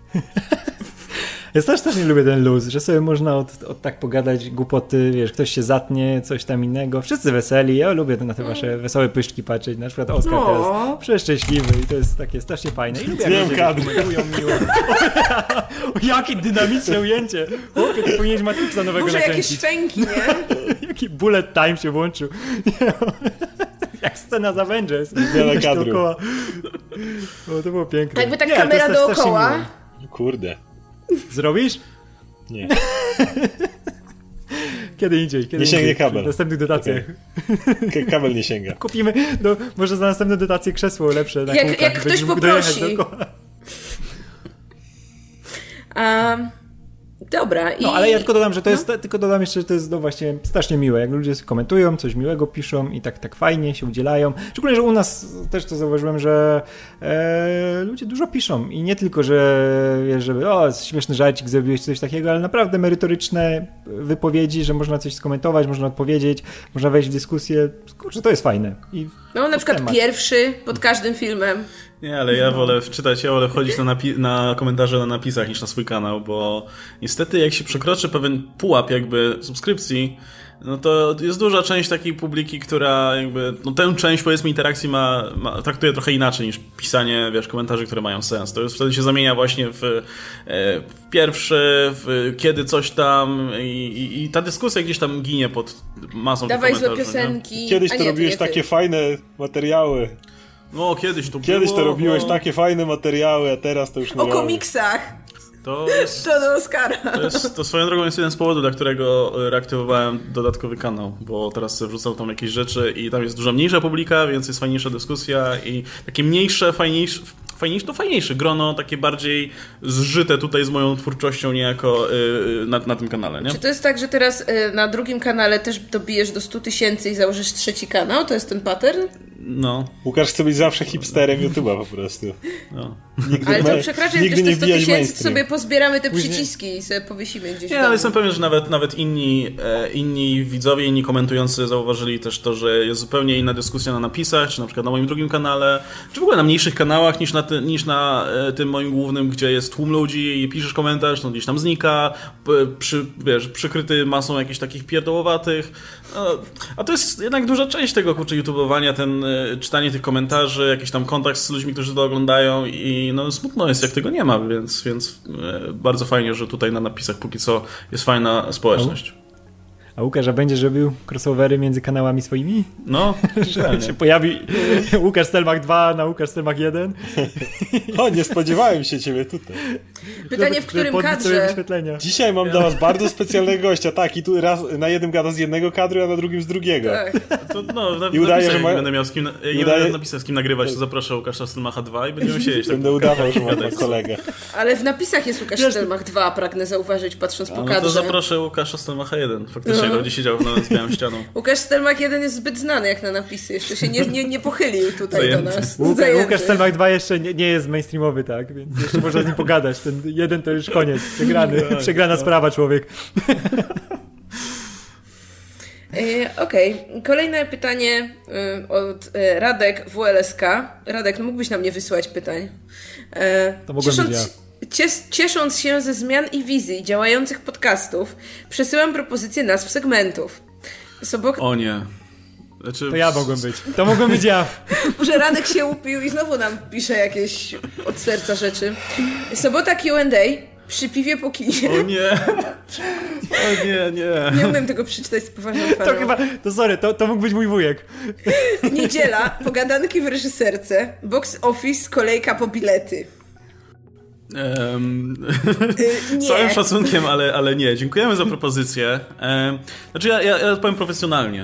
Ja też nie lubię ten luz, że sobie można od tak pogadać głupoty, wiesz, ktoś się zatnie, coś tam innego, wszyscy weseli, ja lubię na te wasze wesołe pyszczki patrzeć, na przykład Oskar teraz przeszczęśliwy i to jest takie strasznie fajne i lubię, jak ludzie miło. Jakie dynamiczne ujęcie, chłopie, ty powinieneś Matrixa nowego może nakręcić. jakieś szwęki, nie? Jaki bullet time się włączył. Jak scena z Avengers. Zmiana kadru. O, to było piękne. Jakby tak kamera dookoła. Kurde. Zrobisz? Nie. Kiedy indziej. Nie sięgnie kabel. W następnych dotacjach. Okay. Kabel nie sięga. Kupimy, może za następne dotacje krzesło lepsze. Jak ktoś poprosi. Dobra. Ale ja tylko dodam, że to jest, tylko dodam jeszcze, że to jest właśnie strasznie miłe, jak ludzie komentują, coś miłego piszą i tak fajnie się udzielają. Szczególnie, że u nas też to zauważyłem, że ludzie dużo piszą i nie tylko, że wiesz, żeby śmieszny żarcik zrobiłeś, coś takiego, ale naprawdę merytoryczne, wypowiedzi, że można coś skomentować, można odpowiedzieć, można wejść w dyskusję. Kurczę, to jest fajne. No na przykład pierwszy pod każdym filmem. Nie, ale ja wolę wczytać, ja wolę wchodzić na komentarze na napisach niż na swój kanał, bo niestety jak się przekroczy pewien pułap jakby subskrypcji, no to jest duża część takiej publiki, która jakby, no tę część powiedzmy interakcji traktuje trochę inaczej niż pisanie, wiesz, komentarzy, które mają sens. To jest, wtedy się zamienia właśnie w pierwszy, w kiedy coś tam i ta dyskusja gdzieś tam ginie pod masą tych komentarzy. Dawaj złe piosenki. Nie? Kiedyś to robiłeś takie fajne materiały. No, kiedyś to było. Kiedyś to robiłeś takie fajne materiały, a teraz to już nie o komiksach. To jest, to do Oscara. To swoją drogą jest jeden z powodów, dla którego reaktywowałem dodatkowy kanał, bo teraz sobie wrzucam tam jakieś rzeczy i tam jest dużo mniejsza publika, więc jest fajniejsza dyskusja i takie mniejsze, fajniejsze grono, takie bardziej zżyte tutaj z moją twórczością niejako na tym kanale, nie? Czy to jest tak, że teraz na drugim kanale też dobijesz do 100 000 i założysz trzeci kanał? To jest ten pattern? No. Łukasz chce być zawsze hipsterem YouTube'a po prostu. No. Ale to przekracza jakieś te 100 000, to sobie pozbieramy te przyciski i sobie powiesimy gdzieś. Nie, ale jestem pewien, że nawet inni widzowie, inni komentujący zauważyli też to, że jest zupełnie inna dyskusja na napisach, czy na przykład na moim drugim kanale, czy w ogóle na mniejszych kanałach niż na tym moim głównym, gdzie jest tłum ludzi i piszesz komentarz, no gdzieś tam znika, przykryty masą jakichś takich pierdołowatych. No, a to jest jednak duża część tego YouTubeowania, czytanie tych komentarzy, jakiś tam kontakt z ludźmi, którzy to oglądają i no smutno jest, jak tego nie ma, więc bardzo fajnie, że tutaj na napisach póki co jest fajna społeczność. A Łukasz, a będziesz robił crossovery między kanałami swoimi? No, że się pojawi Łukasz Stelmach 2 na Łukasz Stelmach 1. O, nie spodziewałem się ciebie tutaj. Pytanie, w którym kadrze? Dzisiaj mam dla was bardzo specjalnego gościa. Tak, i tu raz na jednym gada z jednego kadru, a na drugim z drugiego. Tak. To, no, I udaje, że będę miał z kim, nie będę napisał z kim nagrywać, to zaproszę Łukasza Stelmacha 2 i będziemy siedzieć. Będę udawał, że mam kolegę. Ale w napisach jest Łukasz Stelmach 2, pragnę zauważyć, patrząc po kadrze. No to zaproszę Łukasza Stelmacha 1. Faktycznie będzie siedział z białą ścianą. Łukasz Stelmach 1 jest zbyt znany jak na napisy. Jeszcze się nie pochylił tutaj Zajęty. do nas. Łukasz Stelmach 2 jeszcze nie jest mainstreamowy, tak? Więc jeszcze można z nim pogadać. Ten jeden to już koniec. Przegrana sprawa, człowiek. Okej. Kolejne pytanie od Radek WLSK. Radek, no mógłbyś nam nie wysyłać pytań. To mogłem być ja. Ciesząc się ze zmian i wizji działających podcastów, przesyłam propozycję nazw segmentów. O nie. Znaczy... To ja mogłem być. To mogłem być ja. Może Radek się upił i znowu nam pisze jakieś od serca rzeczy. Sobota Q&A przy piwie po kinie. O nie. O nie. Nie umiem tego przeczytać z poważną twarzą. To mógł być mój wujek. Niedziela, pogadanki w reżyserce, box office, kolejka po bilety. Z całym szacunkiem, ale nie. Dziękujemy za propozycję. Znaczy ja powiem profesjonalnie.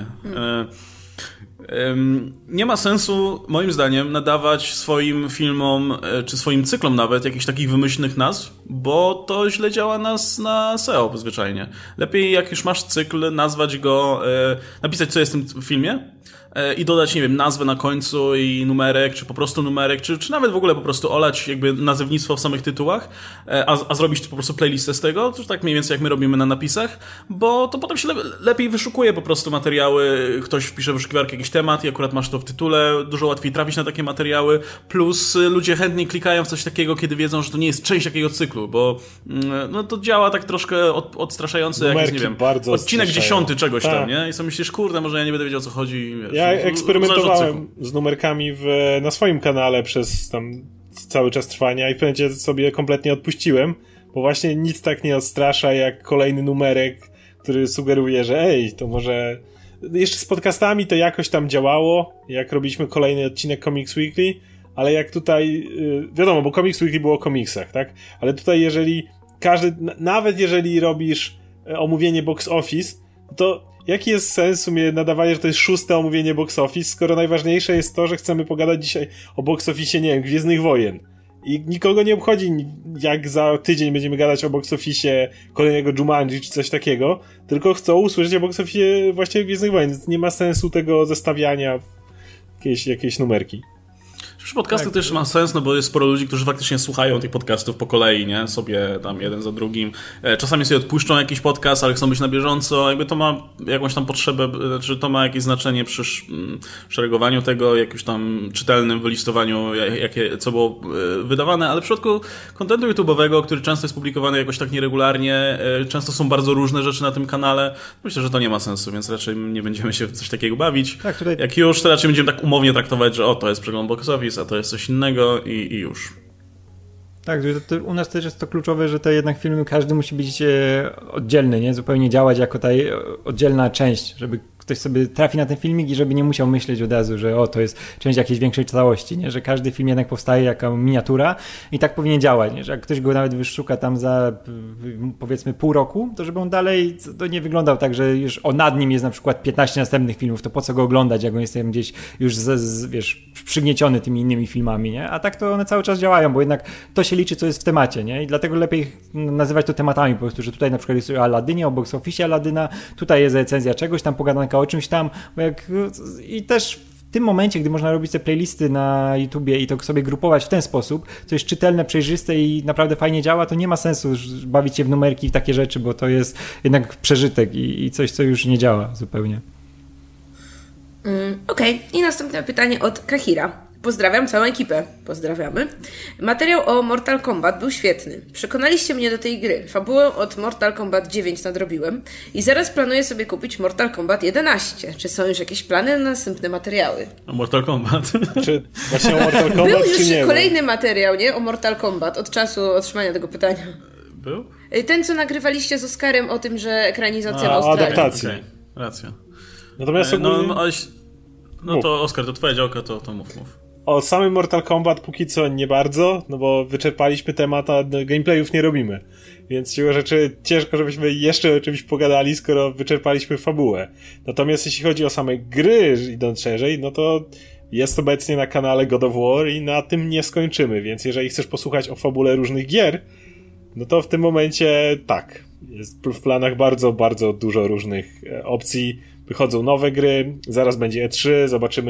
Nie ma sensu, moim zdaniem, nadawać swoim filmom, czy swoim cyklom nawet, jakichś takich wymyślnych nazw, bo to źle działa nas na SEO zwyczajnie. Lepiej, jak już masz cykl, nazwać go, napisać, co jest w tym filmie i dodać, nie wiem, nazwę na końcu i numerek, czy po prostu numerek, czy nawet w ogóle po prostu olać jakby nazewnictwo w samych tytułach, a zrobić po prostu playlistę z tego, to tak mniej więcej jak my robimy na napisach, bo to potem się lepiej wyszukuje po prostu materiały, ktoś wpisze w wyszukiwarkę jakiś temat i akurat masz to w tytule, dużo łatwiej trafić na takie materiały, plus ludzie chętnie klikają w coś takiego, kiedy wiedzą, że to nie jest część takiego cyklu, bo no to działa tak troszkę odstraszająco, jak jest, nie wiem, odcinek 10 czegoś tam, nie? I sobie myślisz, kurde, może ja nie będę wiedział, o co chodzi. Wiesz, ja eksperymentowałem z numerkami na swoim kanale przez tam cały czas trwania i w pewnym momencie sobie kompletnie odpuściłem, bo właśnie nic tak nie odstrasza jak kolejny numerek, który sugeruje, że to może... Jeszcze z podcastami to jakoś tam działało, jak robiliśmy kolejny odcinek Comics Weekly, ale jak tutaj... Wiadomo, bo Comics Weekly było o komiksach, tak? Ale tutaj nawet jeżeli robisz omówienie box office, to jaki jest sens w sumie nadawania, że to jest 6. omówienie box office, skoro najważniejsze jest to, że chcemy pogadać dzisiaj o box office, nie wiem, Gwiezdnych Wojen. I nikogo nie obchodzi, jak za tydzień będziemy gadać o box office kolejnego Jumanji czy coś takiego, tylko chcą usłyszeć o box office właściwie Gwiezdnych Wojen, więc nie ma sensu tego zestawiania w jakieś numerki. Przy podcastach też ma sens, no bo jest sporo ludzi, którzy faktycznie słuchają tych podcastów po kolei, nie? Sobie tam jeden za drugim. Czasami sobie odpuszczą jakiś podcast, ale chcą być na bieżąco. Jakby to ma jakąś tam potrzebę, znaczy to ma jakieś znaczenie przy szeregowaniu tego, jakimś tam czytelnym wylistowaniu, co było wydawane, ale w przypadku kontentu YouTube'owego, który często jest publikowany jakoś tak nieregularnie, często są bardzo różne rzeczy na tym kanale. Myślę, że to nie ma sensu, więc raczej nie będziemy się w coś takiego bawić. Tak, tutaj... Jak już, to raczej będziemy tak umownie traktować, że to jest przegląd box office, a to jest coś innego i już. Tak, to u nas też jest to kluczowe, że te jednak filmy każdy musi być oddzielny, nie? Zupełnie działać jako ta oddzielna część, żeby ktoś sobie trafi na ten filmik i żeby nie musiał myśleć od razu, że to jest część jakiejś większej całości, nie? Że każdy film jednak powstaje jako miniatura i tak powinien działać, nie? Że jak ktoś go nawet wyszuka tam za powiedzmy pół roku, to żeby on dalej to nie wyglądał tak, że już nad nim jest na przykład 15 następnych filmów, to po co go oglądać, jak on jest gdzieś już wiesz, przygnieciony tymi innymi filmami, nie? A tak to one cały czas działają, bo jednak to się liczy, co jest w temacie, nie? I dlatego lepiej nazywać to tematami po prostu, że tutaj na przykład jest o Aladynie, o box office Aladyna, tutaj jest recenzja czegoś, tam pogadanka o czymś tam, i też w tym momencie, gdy można robić te playlisty na YouTubie i to sobie grupować w ten sposób, co jest czytelne, przejrzyste i naprawdę fajnie działa, to nie ma sensu bawić się w numerki i takie rzeczy, bo to jest jednak przeżytek i coś, co już nie działa zupełnie. Okej. I następne pytanie od Kahira. Pozdrawiam całą ekipę. Pozdrawiamy. Materiał o Mortal Kombat był świetny. Przekonaliście mnie do tej gry. Fabułę od Mortal Kombat 9 nadrobiłem i zaraz planuję sobie kupić Mortal Kombat 11. Czy są już jakieś plany na następne materiały? O Mortal Kombat. Czy właśnie o Mortal Kombat, był już czy nie? kolejny materiał, nie? O Mortal Kombat od czasu otrzymania tego pytania. Był? Ten, co nagrywaliście z Oskarem o tym, że ekranizacja w o Australii. adaptacji. Okay. Racja. Natomiast ogólnie... No to Oskar, to twoja działka, to mów. O samym Mortal Kombat póki co nie bardzo, no bo wyczerpaliśmy temat, a gameplayów nie robimy. Więc siłą rzeczy ciężko, żebyśmy jeszcze o czymś pogadali, skoro wyczerpaliśmy fabułę. Natomiast jeśli chodzi o same gry, idąc szerzej, no to jest obecnie na kanale God of War i na tym nie skończymy, więc jeżeli chcesz posłuchać o fabule różnych gier, no to w tym momencie tak. Jest w planach bardzo, bardzo dużo różnych opcji. Wychodzą nowe gry, zaraz będzie E3, zobaczymy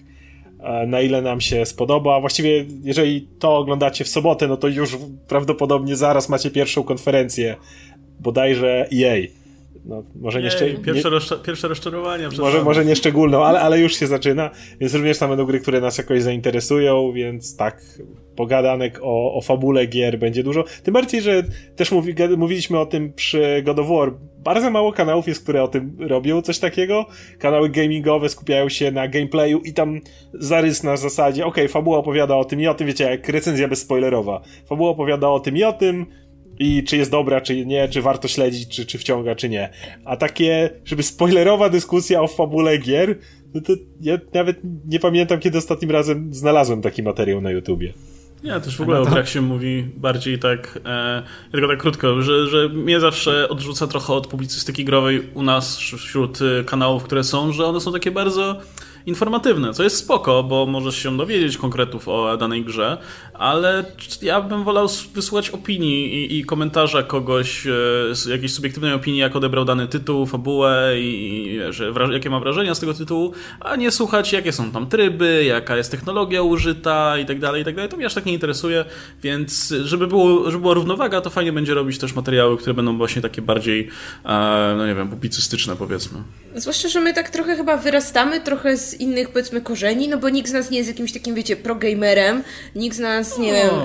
na ile nam się spodoba. Właściwie, jeżeli to oglądacie w sobotę, no to już prawdopodobnie zaraz macie pierwszą konferencję, bodajże EA. No, może pierwsze rozczarowania. Może nie szczególną, ale już się zaczyna, więc również tam będą gry, które nas jakoś zainteresują, więc tak, pogadanek o fabule gier będzie dużo. Tym bardziej, że też mówiliśmy o tym przy God of War. Bardzo mało kanałów jest, które o tym robią, coś takiego. Kanały gamingowe skupiają się na gameplayu i tam zarys na zasadzie, fabuła opowiada o tym i o tym, wiecie, jak recenzja bezspoilerowa. Fabuła opowiada o tym i o tym, i czy jest dobra, czy nie, czy warto śledzić, czy wciąga, czy nie. A takie, żeby spoilerowa dyskusja o fabule gier, no to ja nawet nie pamiętam, kiedy ostatnim razem znalazłem taki materiał na YouTubie. Ja też w ogóle o grach się mówi bardziej tak, tylko tak krótko, że mnie zawsze odrzuca trochę od publicystyki growej u nas wśród kanałów, które są, że one są takie bardzo informatywne, co jest spoko, bo możesz się dowiedzieć konkretów o danej grze, ale ja bym wolał wysłuchać opinii i komentarza kogoś, jakiejś subiektywnej opinii, jak odebrał dany tytuł, fabułę i jakie ma wrażenia z tego tytułu, a nie słuchać, jakie są tam tryby, jaka jest technologia użyta i tak dalej. To mnie aż tak nie interesuje, więc żeby była równowaga, to fajnie będzie robić też materiały, które będą właśnie takie bardziej, no nie wiem, publicystyczne, powiedzmy. Zwłaszcza, że my tak trochę chyba wyrastamy, trochę z innych, powiedzmy, korzeni, no bo nikt z nas nie jest jakimś takim, wiecie, pro-gamerem, nikt z nas, nie wiem,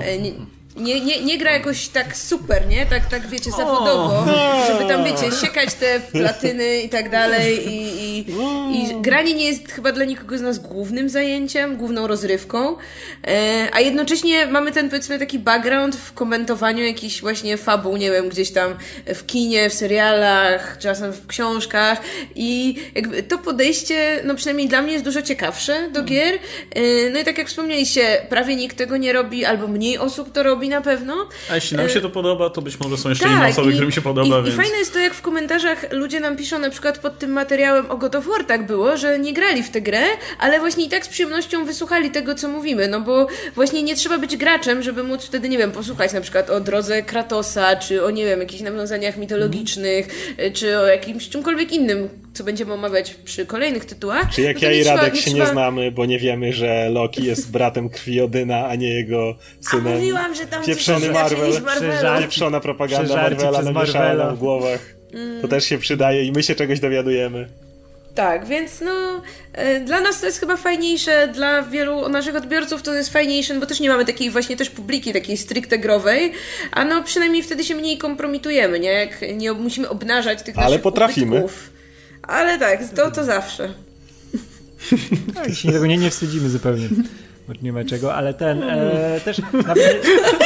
nie gra jakoś tak super, nie? Tak wiecie, zawodowo, żeby tam, wiecie, siekać te platyny i tak dalej i granie nie jest chyba dla nikogo z nas głównym zajęciem, główną rozrywką, a jednocześnie mamy ten, powiedzmy, taki background w komentowaniu jakichś właśnie fabuł, nie wiem, gdzieś tam w kinie, w serialach, czasem w książkach i jakby to podejście, no przynajmniej dla mnie jest dużo ciekawsze do gier, no i tak jak wspomnieliście, prawie nikt tego nie robi, albo mniej osób to robi na pewno. A jeśli nam się to podoba, to być może są jeszcze inne osoby, którym się podoba. I fajne jest to, jak w komentarzach ludzie nam piszą, na przykład pod tym materiałem o God of War tak było, że nie grali w tę grę, ale właśnie i tak z przyjemnością wysłuchali tego, co mówimy, no bo właśnie nie trzeba być graczem, żeby móc wtedy, nie wiem, posłuchać na przykład o drodze Kratosa, czy o, nie wiem, jakichś nawiązaniach mitologicznych, czy o jakimś czymkolwiek innym, co będziemy omawiać przy kolejnych tytułach... Czy jak ja i Radek się nie znamy, bo nie wiemy, że Loki jest bratem krwi Odyna, a nie jego synem. A mówiłam, że tam pieprzony Marvel, pieprzona propaganda Marvela namieszała nam w głowach. To też się przydaje i my się czegoś dowiadujemy. Tak, więc dla nas to jest chyba fajniejsze, dla wielu naszych odbiorców to jest fajniejsze, bo też nie mamy takiej właśnie też publiki, takiej stricte growej, a przynajmniej wtedy się mniej kompromitujemy, nie? Jak nie musimy obnażać tych naszych ubytków. Ale tak, to zawsze. Tak, się tego nie wstydzimy zupełnie. Nie ma czego, ale też nawet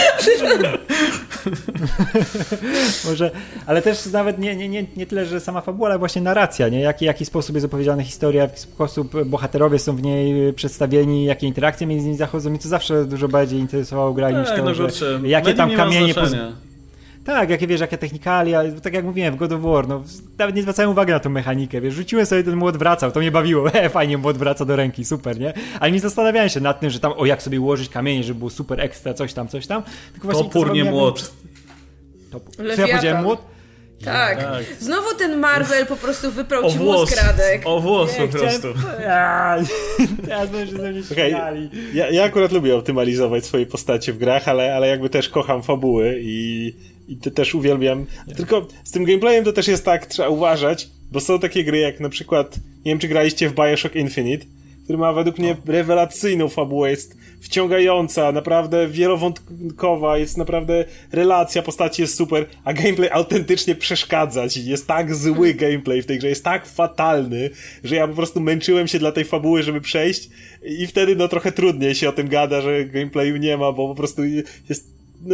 może, ale też nawet nie tyle, że sama fabuła, ale właśnie narracja, nie? Jaki sposób jest opowiedziana historia, w jaki sposób bohaterowie są w niej przedstawieni, jakie interakcje między nimi zachodzą. Mnie to zawsze dużo bardziej interesowało granie niż to, że jakie tam kamienie... Tak, jakie technikalia, tak jak mówiłem w God of War, nawet nie zwracałem uwagi na tą mechanikę, wiesz, rzuciłem sobie ten młot wracał, to mnie bawiło, fajnie, młot wraca do ręki, super, nie? Ale nie zastanawiałem się nad tym, że tam, jak sobie ułożyć kamienie, żeby było super ekstra, coś tam, tylko właśnie topór, nie młot. Co ja powiedziałem, młot? Tak. Znowu ten Marvel po prostu wyprał ci mózg, Radek. O włos po prostu. Teraz będziesz ze mnie śmiali. Ja akurat lubię optymalizować swoje postacie w grach, ale jakby też kocham fabuły i też uwielbiam. Tylko z tym gameplayem to też jest tak, trzeba uważać, bo są takie gry jak na przykład, nie wiem czy graliście w Bioshock Infinite, który ma według mnie rewelacyjną fabułę, jest wciągająca, naprawdę wielowątkowa, jest naprawdę relacja postaci jest super, a gameplay autentycznie przeszkadza ci. Jest tak zły gameplay w tej grze, jest tak fatalny, że ja po prostu męczyłem się dla tej fabuły, żeby przejść i wtedy trochę trudniej się o tym gada, że gameplayu nie ma, bo po prostu jest...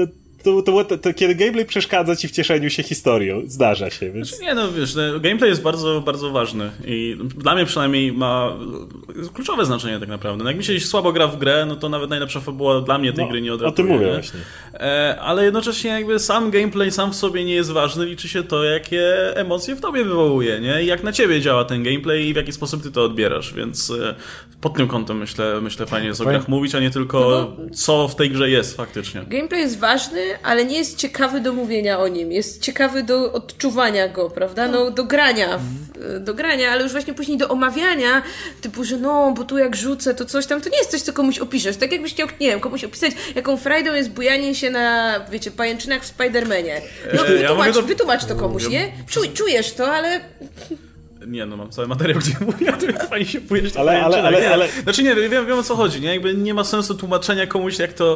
To kiedy gameplay przeszkadza ci w cieszeniu się historią, zdarza się, więc... Wiesz, gameplay jest bardzo, bardzo ważny i dla mnie przynajmniej ma kluczowe znaczenie tak naprawdę. Jak mi się słabo gra w grę, to nawet najlepsza fabuła dla mnie tej gry nie odratuje. O tym mówię właśnie. Ale jednocześnie jakby sam gameplay sam w sobie nie jest ważny, liczy się to, jakie emocje w tobie wywołuje, nie? I jak na ciebie działa ten gameplay i w jaki sposób ty to odbierasz, więc pod tym kątem myślę fajnie jest o grach mówić, a nie tylko co w tej grze jest faktycznie. Gameplay jest ważny, ale nie jest ciekawy do mówienia o nim. Jest ciekawy do odczuwania go, prawda? Do grania, ale już właśnie później do omawiania, typu, że bo tu jak rzucę, to coś tam, to nie jest coś, co komuś opiszesz. Tak jakbyś chciał, nie wiem, komuś opisać, jaką frajdą jest bujanie się na, wiecie, pajęczynach w Spider-Manie. Wytłumacz to komuś, nie? Czujesz to, ale... Nie, mam cały materiał, gdzie mówię, to fajnie się bujesz na pajęczynach. Ale... Znaczy nie, wiem o co chodzi, nie? Jakby nie ma sensu tłumaczenia komuś,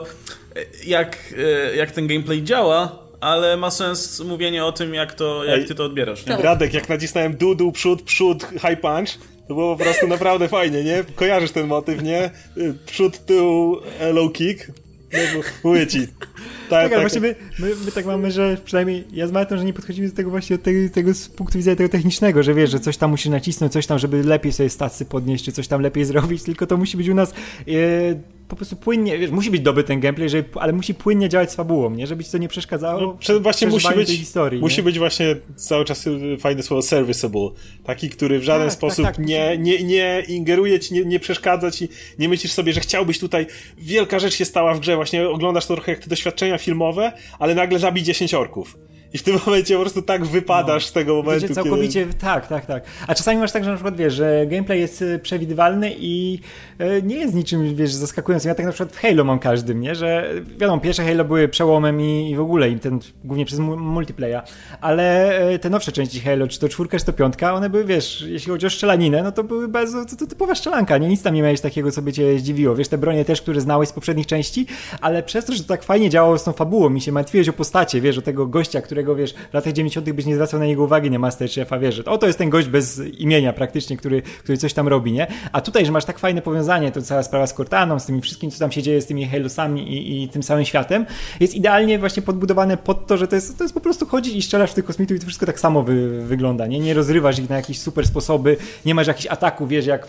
jak ten gameplay działa, ale ma sens mówienie o tym, jak ty to odbierasz, nie? Radek, jak nacisnąłem dół, przód, high punch, to było po prostu naprawdę fajnie, nie? Kojarzysz ten motyw, nie? Przód, tył, low kick. Mówię ci. Tak, ale właśnie my tak mamy, że przynajmniej ja z Martą, że nie podchodzimy do tego właśnie od tego z punktu widzenia tego technicznego, że wiesz, że coś tam musi nacisnąć, coś tam, żeby lepiej sobie statsy podnieść, czy coś tam lepiej zrobić, tylko to musi być u nas po prostu płynnie, wiesz, musi być dobry ten gameplay, ale musi płynnie działać z fabułą, nie? Żeby ci to nie przeszkadzało właśnie tej historii. Musi być właśnie cały czas fajne słowo serviceable. Taki, który w żaden sposób nie ingeruje ci, nie przeszkadza ci, nie myślisz sobie, że chciałbyś tutaj, wielka rzecz się stała w grze, właśnie oglądasz to trochę jak te doświadczenia filmowe, ale nagle zabij 10 orków. I w tym momencie po prostu tak wypadasz z tego momentu, całkowicie, kiedy... Tak. A czasami masz tak, że na przykład, wiesz, że gameplay jest przewidywalny i nie jest niczym, wiesz, zaskakującym. Ja tak na przykład w Halo mam każdym, nie? Że wiadomo, pierwsze Halo były przełomem i w ogóle, głównie przez multiplayer, ale te nowsze części Halo, czy to 4, czy to 5, one były, wiesz, jeśli chodzi o strzelaninę, to były to typowa strzelanka, nie? Nic tam nie miałeś takiego, co by cię zdziwiło. Wiesz, te bronie też, które znałeś z poprzednich części, ale przez to, że to tak fajnie działało z tą fabułą, mi się martwiłeś o postacie, wiesz, o tego gościa, którego, wiesz, w latach 90. byś nie zwracał na niego uwagi, nie Masterchefa, wiesz, że to jest ten gość bez imienia praktycznie, który coś tam robi, nie? A tutaj, że masz tak fajne powiązanie, to cała sprawa z Cortaną, z tym wszystkim, co tam się dzieje, z tymi Halosami i tym samym światem, jest idealnie właśnie podbudowane pod to, że to jest po prostu chodzić i strzelasz w tych kosmitów i to wszystko tak samo wygląda, nie? Nie rozrywasz ich na jakieś super sposoby, nie masz jakichś ataków, wiesz, jak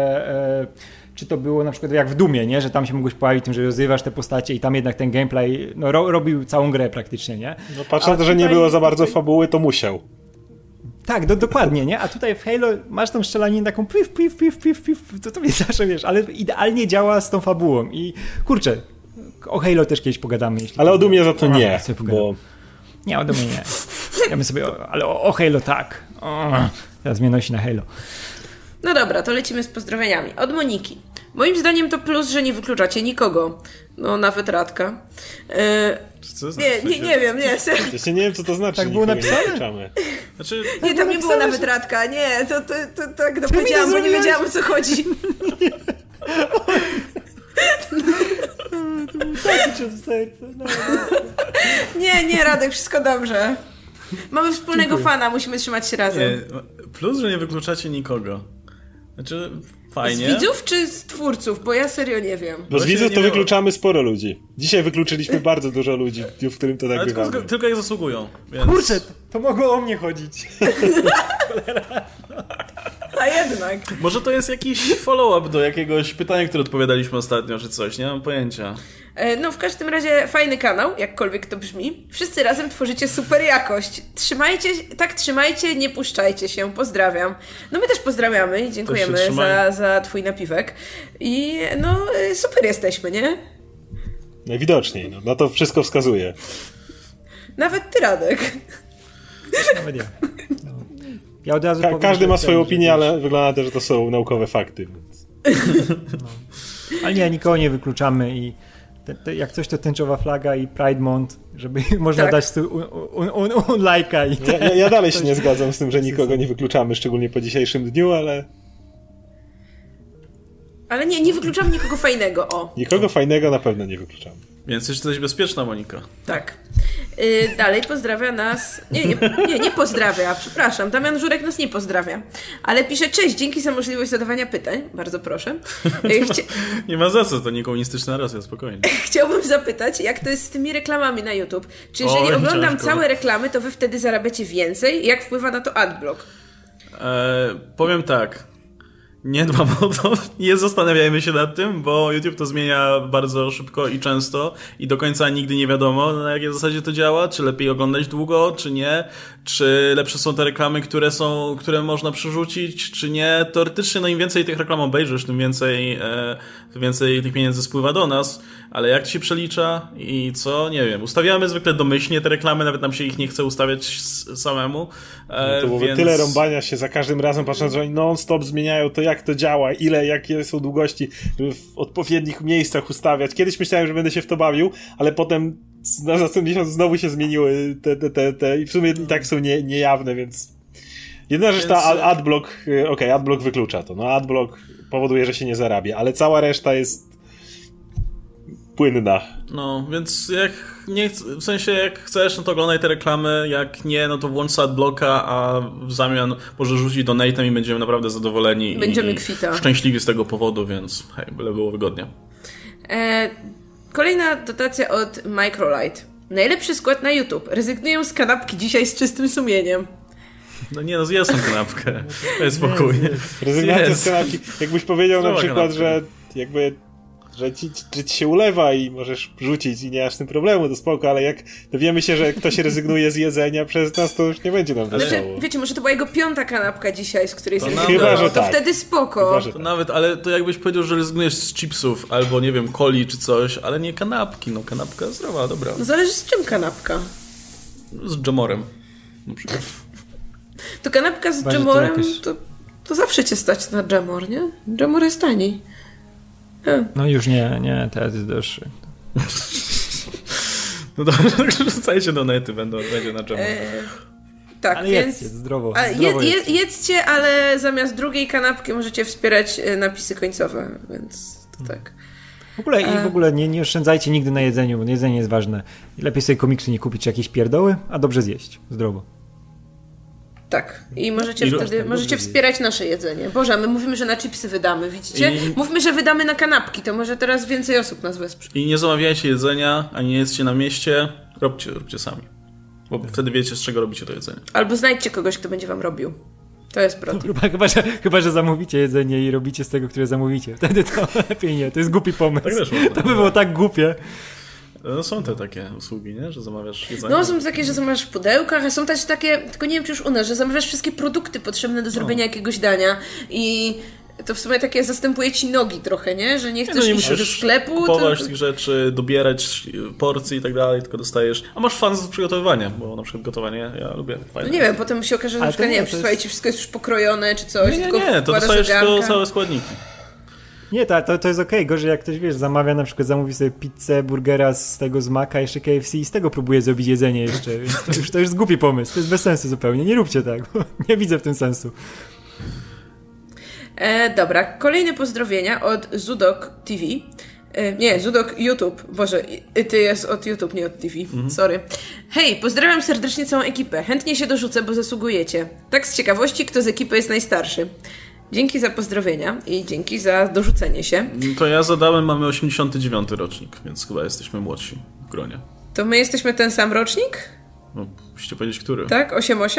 czy to było na przykład jak w Dumie, nie? Że tam się mogłeś pojawić tym, że rozrywasz te postacie i tam jednak ten gameplay robił całą grę praktycznie, nie? Patrz na to, że nie było za bardzo fabuły, to musiał. Tak, dokładnie, nie? A tutaj w Halo masz tą strzelaninę taką pif, to mnie zawsze, wiesz, ale idealnie działa z tą fabułą i kurczę, o Halo też kiedyś pogadamy. Ale o Dumie za to nie, bo... Nie, o Dumie nie. Ja bym sobie, ale o Halo tak. Teraz mnie nosi na Halo. No dobra, to lecimy z pozdrowieniami. Od Moniki. Moim zdaniem to plus, że nie wykluczacie nikogo. No, nawet Radka. Co znaczy? Nie wiem, nie. Ja nie wiem, co to znaczy. Tak było napisane? Znaczy, Nie, tam nie było nawet Radka. Nie, to tak to powiedziałam, bo nie wiedziałam, o co chodzi. Tak cię w serce. Nie, Radek, wszystko dobrze. Mamy wspólnego fana, musimy trzymać się razem. nie, plus, że nie wykluczacie nikogo. Znaczy, fajnie. Z widzów czy z twórców? Bo ja serio nie wiem. Bo z widzów to wykluczamy sporo ludzi. Dzisiaj wykluczyliśmy bardzo dużo ludzi, w którym to nagrywamy. Tylko jak zasługują. Więc... Kurczę, to mogło o mnie chodzić. A jednak. Może to jest jakiś follow-up do jakiegoś pytania, które odpowiadaliśmy ostatnio, czy coś, nie mam pojęcia. No w każdym razie fajny kanał, jakkolwiek to brzmi. Wszyscy razem tworzycie super jakość. Trzymajcie, nie puszczajcie się. Pozdrawiam. No my też pozdrawiamy i dziękujemy za twój napiwek. I no super jesteśmy, nie? Najwidoczniej, no. Na to wszystko wskazuje. Nawet ty, Radek. Nawet ja. No. Ja od razu Każdy ma swoją opinię, ale wygląda też, że to są naukowe fakty. Więc... No. Ale nie, nikogo nie wykluczamy i jak coś to tęczowa flaga i Pride Month, żeby można dać tu lajka. Ja dalej się nie zgadzam z tym, że nikogo nie wykluczamy, szczególnie po dzisiejszym dniu, ale... Ale nie wykluczamy nikogo fajnego, o. Nikogo fajnego na pewno nie wykluczamy. Więc jesteś bezpieczna, Monika. Tak. Dalej pozdrawia nas... Nie pozdrawia, przepraszam. Damian Żurek nas nie pozdrawia. Ale pisze: cześć, dzięki za możliwość zadawania pytań. Bardzo proszę. Nie ma za co, to niekomunistyczna Rosja, spokojnie. Chciałbym zapytać, jak to jest z tymi reklamami na YouTube? Czy jeżeli oglądam całe reklamy, to wy wtedy zarabiacie więcej? Jak wpływa na to adblock? Powiem tak. Nie dbam o to, nie zastanawiajmy się nad tym, bo YouTube to zmienia bardzo szybko i często i do końca nigdy nie wiadomo, na jakiej zasadzie to działa, czy lepiej oglądać długo, czy nie, czy lepsze są te reklamy, które można przerzucić, czy nie. Teoretycznie no im więcej tych reklam obejrzysz, tym więcej tych pieniędzy spływa do nas, ale jak to się przelicza i co, nie wiem. Ustawiamy zwykle domyślnie te reklamy, nawet nam się ich nie chce ustawiać samemu. No to byłoby tyle rąbania się za każdym razem, patrząc, że oni non-stop zmieniają to, jak to działa, jakie są długości, żeby w odpowiednich miejscach ustawiać. Kiedyś myślałem, że będę się w to bawił, ale potem na następny miesiąc znowu się zmieniły te i w sumie i tak są niejawne, więc jedyna rzecz, ta adblock, adblock wyklucza to. No adblock powoduje, że się nie zarabia, ale cała reszta jest płynna. No, więc w sensie jak chcesz, no to oglądaj te reklamy, jak nie, no to włącz adblocka, a w zamian możesz rzucić donate'em i będziemy naprawdę zadowoleni. Będziemy kwita. Szczęśliwi z tego powodu, więc hej, byle było wygodnie. Kolejna dotacja od Microlight. Najlepszy skład na YouTube. Rezygnuję z kanapki dzisiaj z czystym sumieniem. No nie, no zjedz tą kanapkę. To jest spokojnie. Rezygnacja z kanapki. Jakbyś powiedział na przykład, że ci się ulewa i możesz rzucić i nie masz z tym problemu, to spoko, ale jak dowiemy się, że ktoś rezygnuje z jedzenia przez nas, to już nie będzie nam wesoło. Wiecie, może to była jego 5. kanapka dzisiaj, z której sobie chyba, że to tak. Wtedy spoko. To nawet, ale to jakbyś powiedział, że rezygnujesz z chipsów albo, nie wiem, coli czy coś, ale nie kanapki, no kanapka zdrowa, dobra. No zależy z czym kanapka. Z dżemorem na przykład. To kanapka z dżemorem, to zawsze cię stać na dżemor, nie? Dżemor jest tani. No już nie, teraz jest droższy. No dobrze, rzucajcie donety, będzie na dżemor. Tak, ale więc... jedzcie, zdrowo. Jedzcie, ale zamiast drugiej kanapki możecie wspierać napisy końcowe, więc to tak. W ogóle nie oszczędzajcie nigdy na jedzeniu, bo jedzenie jest ważne. Lepiej sobie komiksu nie kupić, czy jakieś pierdoły, a dobrze zjeść, zdrowo. Tak. I możecie wspierać nasze jedzenie. Boże, my mówimy, że na chipsy wydamy, widzicie? Mówmy, że wydamy na kanapki, to może teraz więcej osób nas wesprze. I nie zamawiajcie jedzenia, ani nie jedzcie na mieście, róbcie sami. Bo wtedy wiecie, z czego robicie to jedzenie. Albo znajdźcie kogoś, kto będzie wam robił. To jest protip. Chyba, że zamówicie jedzenie i robicie z tego, które zamówicie. Wtedy to lepiej nie. To jest głupi pomysł. Tak też można. To by było tak głupie. No są te takie usługi, nie? Że zamawiasz jedzenie. No są takie, że zamawiasz w pudełkach, a są też takie, tylko nie wiem czy już u nas, że zamawiasz wszystkie produkty potrzebne do zrobienia jakiegoś dania i to w sumie takie zastępuje ci nogi trochę, nie? Że nie chcesz iść do sklepu. Kupować tych rzeczy, dobierać porcji i tak dalej, tylko dostajesz. A masz fan z przygotowywania, bo na przykład gotowanie ja lubię. Fajne. No nie wiem, potem się okaże, że na przykład, nie wiem, przysłali ci wszystko jest już pokrojone czy coś. Nie, to dostajesz tylko całe składniki. Nie, to jest okej. Gorzej jak ktoś, wiesz, zamawia na przykład, zamówi sobie pizzę, burgera z tego z Maka, jeszcze KFC i z tego próbuje zrobić jedzenie jeszcze, więc to już jest głupi pomysł. To jest bez sensu zupełnie. Nie róbcie tak, bo nie widzę w tym sensu. Dobra, kolejne pozdrowienia od Zudok TV. Nie, Zudok YouTube. Boże, ty jest od YouTube, nie od TV. Sorry. Hej, pozdrawiam serdecznie całą ekipę. Chętnie się dorzucę, bo zasługujecie. Tak z ciekawości, kto z ekipy jest najstarszy. Dzięki za pozdrowienia i dzięki za dorzucenie się. To ja zadałem, mamy 89 rocznik, więc chyba jesteśmy młodsi w gronie. To my jesteśmy ten sam rocznik? No, musicie powiedzieć, który. Tak? 8-8?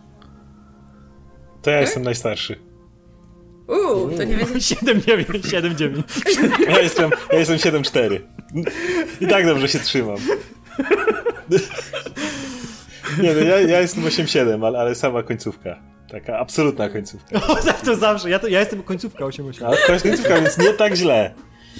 To ja jestem najstarszy. To nie wiem. 7-9. Ja jestem 7-4. I tak dobrze się trzymam. Nie, no ja jestem 8-7, ale sama końcówka. Taka absolutna końcówka. O, tak to zawsze. Ja jestem końcówka 8-8. Ale końcówka, więc nie tak źle.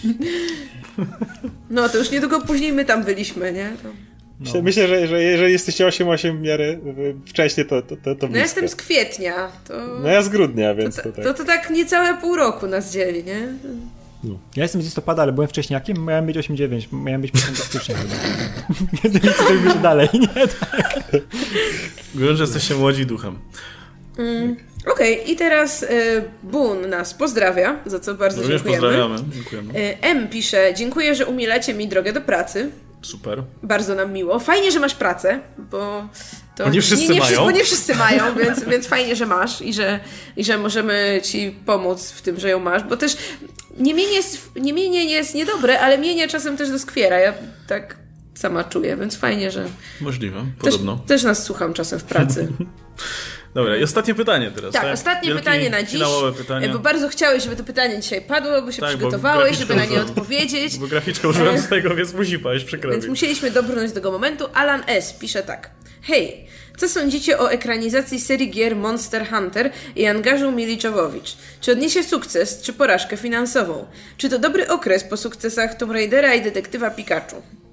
No to już niedługo później my tam byliśmy, nie? To... No. Myślę, że jeżeli jesteście 8-8 w miarę wcześniej, to blisko. No ja jestem z kwietnia. No ja z grudnia, więc to tak. To tak niecałe pół roku nas dzieli, nie? No. Ja jestem z listopada, ale byłem wcześniakiem, miałem być 8-9, miałem być 5 stycznia. Jedynie co to się dalej, nie? Tak. Mówią, że jesteście młodzi duchem. Okej, i teraz Boon nas pozdrawia, za co bardzo dziękujemy. Dziękujemy. M pisze, dziękuję, że umilacie mi drogę do pracy. Super. Bardzo nam miło. Fajnie, że masz pracę, bo to bo nie wszyscy mają. Bo nie wszyscy mają, więc fajnie, że masz i że możemy ci pomóc w tym, że ją masz, bo też nie mienie jest niedobre, ale mienie czasem też doskwiera. Ja tak sama czuję, więc fajnie, że... Możliwe, podobno. Też nas słucham czasem w pracy. Dobra, i ostatnie pytanie teraz. Tak, ostatnie pytanie na dziś. Pytanie. Bo bardzo chciałeś, żeby to pytanie dzisiaj padło, bo się przygotowałeś, żeby na nie odpowiedzieć. Bo graficzkę użyłem z tego, więc musi paść, przykro mi. Więc musieliśmy dobrnąć do tego momentu. Alan S. pisze tak. Hej, co sądzicie o ekranizacji serii gier Monster Hunter i angażu Mili Jovovich? Czy odniesie sukces, czy porażkę finansową? Czy to dobry okres po sukcesach Tomb Raidera i Detektywa Pikachu?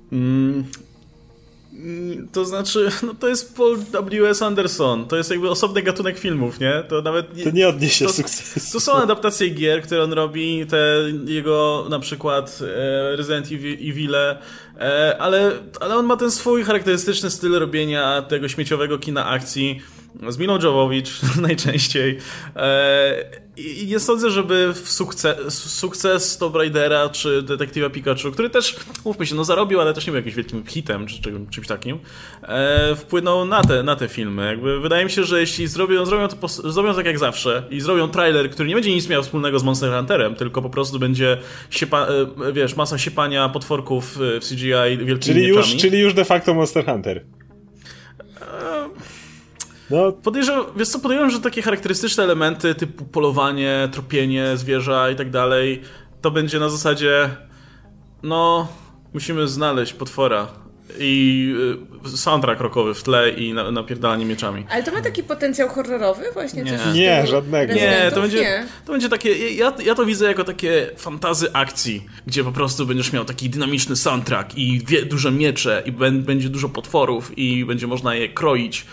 To znaczy, no to jest Paul W.S. Anderson, to jest jakby osobny gatunek filmów, nie? To nawet... To nie odniesie sukcesu. To są adaptacje gier, które on robi, te jego na przykład Resident Evil, ale on ma ten swój charakterystyczny styl robienia tego śmieciowego kina akcji z Milą Jovovich najczęściej. I nie sądzę, żeby sukces Tomb Raidera czy Detektywa Pikachu, który też, mówmy się, no zarobił, ale też nie był jakimś wielkim hitem czy czymś takim, wpłynął na te filmy. Jakby wydaje mi się, że jeśli zrobią tak jak zawsze i zrobią trailer, który nie będzie nic miał wspólnego z Monster Hunterem, tylko po prostu będzie masa siepania potworków w CGI wielkimi mieczami. Czyli już de facto Monster Hunter. No. Podejrzewam, że takie charakterystyczne elementy typu polowanie, tropienie zwierza i tak dalej, to będzie na zasadzie musimy znaleźć potwora i soundtrack rockowy w tle i napierdalanie mieczami. Ale to ma taki potencjał horrorowy właśnie? Nie, żadnego. Nie, to będzie takie, ja to widzę jako takie fantazy akcji, gdzie po prostu będziesz miał taki dynamiczny soundtrack i duże miecze i będzie dużo potworów i będzie można je kroić.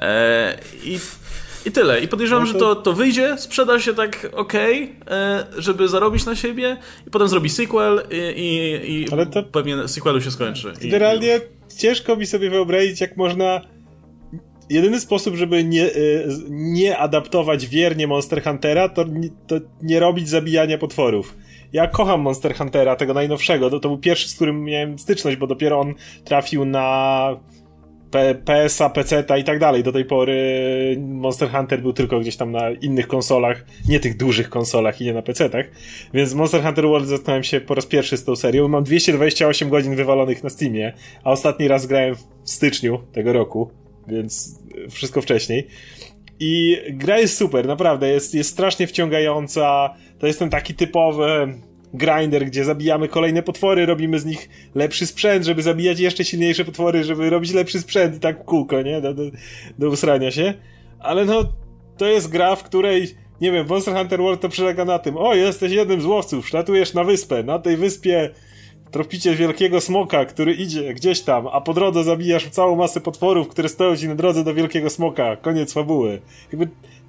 I tyle. I podejrzewam, że to wyjdzie, sprzeda się tak żeby zarobić na siebie i potem zrobi sequel i pewnie sequelu się skończy. Generalnie ciężko mi sobie wyobrazić, jak można... Jedyny sposób, żeby nie adaptować wiernie Monster Huntera, to nie robić zabijania potworów. Ja kocham Monster Huntera, tego najnowszego. To był pierwszy, z którym miałem styczność, bo dopiero on trafił na PS-a, PC-a i tak dalej. Do tej pory Monster Hunter był tylko gdzieś tam na innych konsolach, nie tych dużych konsolach i nie na PC-tach. Więc Monster Hunter World zatknąłem się po raz pierwszy z tą serią. Mam 228 godzin wywalonych na Steamie, a ostatni raz grałem w styczniu tego roku, więc wszystko wcześniej. I gra jest super, naprawdę. Jest strasznie wciągająca. To jest ten taki typowy grinder, gdzie zabijamy kolejne potwory, robimy z nich lepszy sprzęt, żeby zabijać jeszcze silniejsze potwory, żeby robić lepszy sprzęt i tak w kółko, nie? Do usrania się. Ale to jest gra, w której nie wiem, Monster Hunter World to przylega na tym, o, jesteś jednym z łowców, szlatujesz na wyspę, na tej wyspie tropicie wielkiego smoka, który idzie gdzieś tam, a po drodze zabijasz całą masę potworów, które stoją ci na drodze do wielkiego smoka. Koniec fabuły. Jakby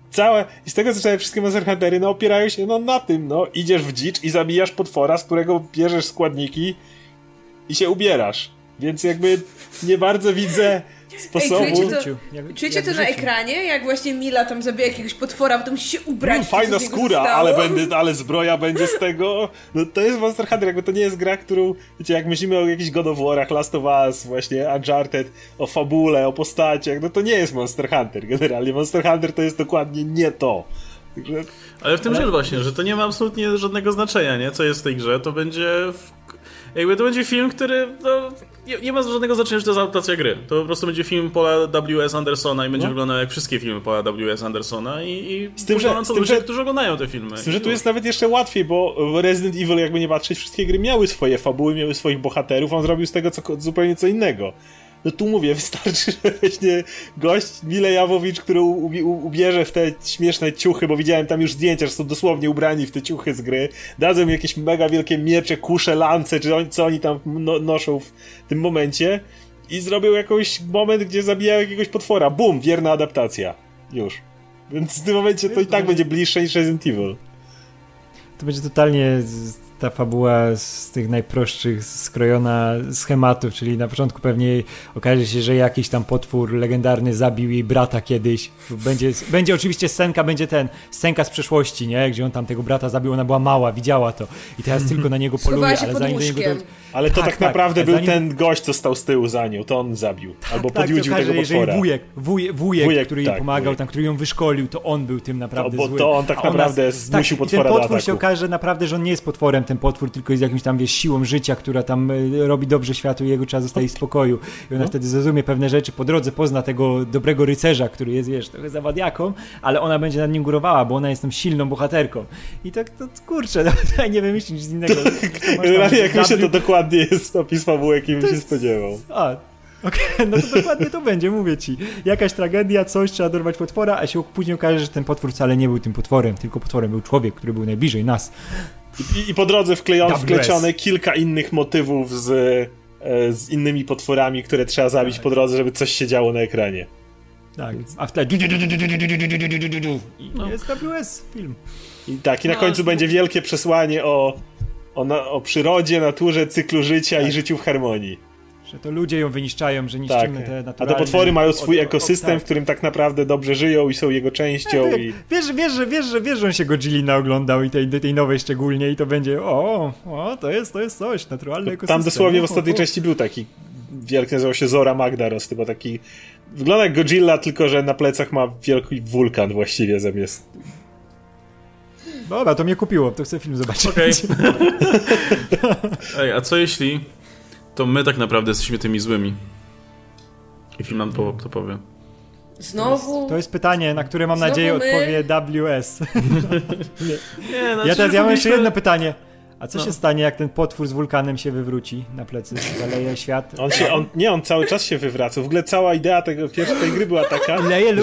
i z tego zaczynają wszystkie Monster Huntery, no opierają się na tym, no. Idziesz w dzicz i zabijasz potwora, z którego bierzesz składniki i się ubierasz. Więc jakby nie bardzo widzę sposobu. Czujecie to na ekranie? Jak właśnie Mila tam zabija jakiegoś potwora, potem musi się ubrać. Fajna skóra, ale zbroja będzie z tego. No to jest Monster Hunter, jakby to nie jest gra, którą, wiecie, jak myślimy o jakichś God of War'ach, Last of Us, właśnie Uncharted, o fabule, o postaciach, no to nie jest Monster Hunter generalnie. Monster Hunter to jest dokładnie nie to. Także... Ale w tym rzecz właśnie, że to nie ma absolutnie żadnego znaczenia, nie? Co jest w tej grze, to będzie... to będzie film, który nie ma żadnego znaczenia, że to jest adaptacja gry. To po prostu będzie film Paula W.S. Andersona i będzie wyglądał jak wszystkie filmy Paula W.S. Andersona i z tym, na to ludzie, którzy oglądają te filmy. Z tym, że tu jest nawet jeszcze łatwiej, bo Resident Evil, jakby nie patrzeć, wszystkie gry miały swoje fabuły, miały swoich bohaterów, on zrobił z tego zupełnie co innego. No tu mówię, wystarczy, że właśnie gość Mila Jovovich, który ubierze w te śmieszne ciuchy, bo widziałem tam już zdjęcia, że są dosłownie ubrani w te ciuchy z gry, dadzą mi jakieś mega wielkie miecze, kusze, lance, czy co oni tam noszą w tym momencie i zrobią jakiś moment, gdzie zabijają jakiegoś potwora. Bum, wierna adaptacja. Już. Więc w tym momencie to i tak będzie bliższe niż Resident Evil. To będzie totalnie ta fabuła z tych najprostszych skrojona schematów, czyli na początku pewnie okaże się, że jakiś tam potwór legendarny zabił jej brata kiedyś. Będzie oczywiście scenka z przeszłości, nie? Gdzie on tam tego brata zabił, ona była mała, widziała to i teraz tylko na niego poluje, ale zanim do niego ale to tak naprawdę był ten gość, co stał z tyłu za nią, to on zabił. Albo podjudził tego potwora. Wujek, który jej pomagał, tam, który ją wyszkolił, to on był tym naprawdę złym. To on tak naprawdę zmusił potwora do ataku. Ten potwór się okaże naprawdę, że on nie jest potworem, ten potwór, tylko jest jakimś tam, siłą życia, która tam robi dobrze światu i jego trzeba zostawić w spokoju. I ona wtedy zrozumie pewne rzeczy, po drodze pozna tego dobrego rycerza, który jest, trochę zawadiaką, ale ona będzie nad nim górowała, bo ona jest tą silną bohaterką. I tak, to kurczę, no, nie wymyślić nic innego. Generalnie jak myślę, to dokładnie jest opis fabuły, jaki bym się spodziewał. Okej, no to dokładnie to będzie, mówię ci. Jakaś tragedia, coś, trzeba dorwać potwora, a się później okaże, że ten potwór wcale nie był tym potworem, tylko potworem był człowiek, który był najbliżej nas. I po drodze wklecione kilka innych motywów z innymi potworami, które trzeba zabić po drodze, żeby coś się działo na ekranie. Tak, a w tle jest WS film. I tak, i na końcu będzie wielkie przesłanie o przyrodzie, naturze, cyklu życia i życiu w harmonii. Że to ludzie ją wyniszczają, że niszczymy te naturalne... A te potwory mają swój ekosystem, w którym tak naprawdę dobrze żyją i są jego częścią. Wiesz, że on się Godzilli naoglądał i tej nowej szczególnie i to będzie to jest coś, naturalny ekosystem. Tam dosłownie w ostatniej części był taki wielki, nazywał się Zora Magdaros, chyba taki... Wygląda jak Godzilla, tylko że na plecach ma wielki wulkan właściwie zamiast... Dobra, to mnie kupiło, to chcę film zobaczyć. Okej. Ej, a co jeśli to my tak naprawdę jesteśmy tymi złymi? I film nam to powie. Znowu? To jest pytanie, na które mam nadzieję odpowie WS. Ja mam jeszcze jedno pytanie. A co się stanie, jak ten potwór z wulkanem się wywróci na plecy? Zaleje świat? On cały czas się wywraca. W ogóle cała idea tej gry była taka,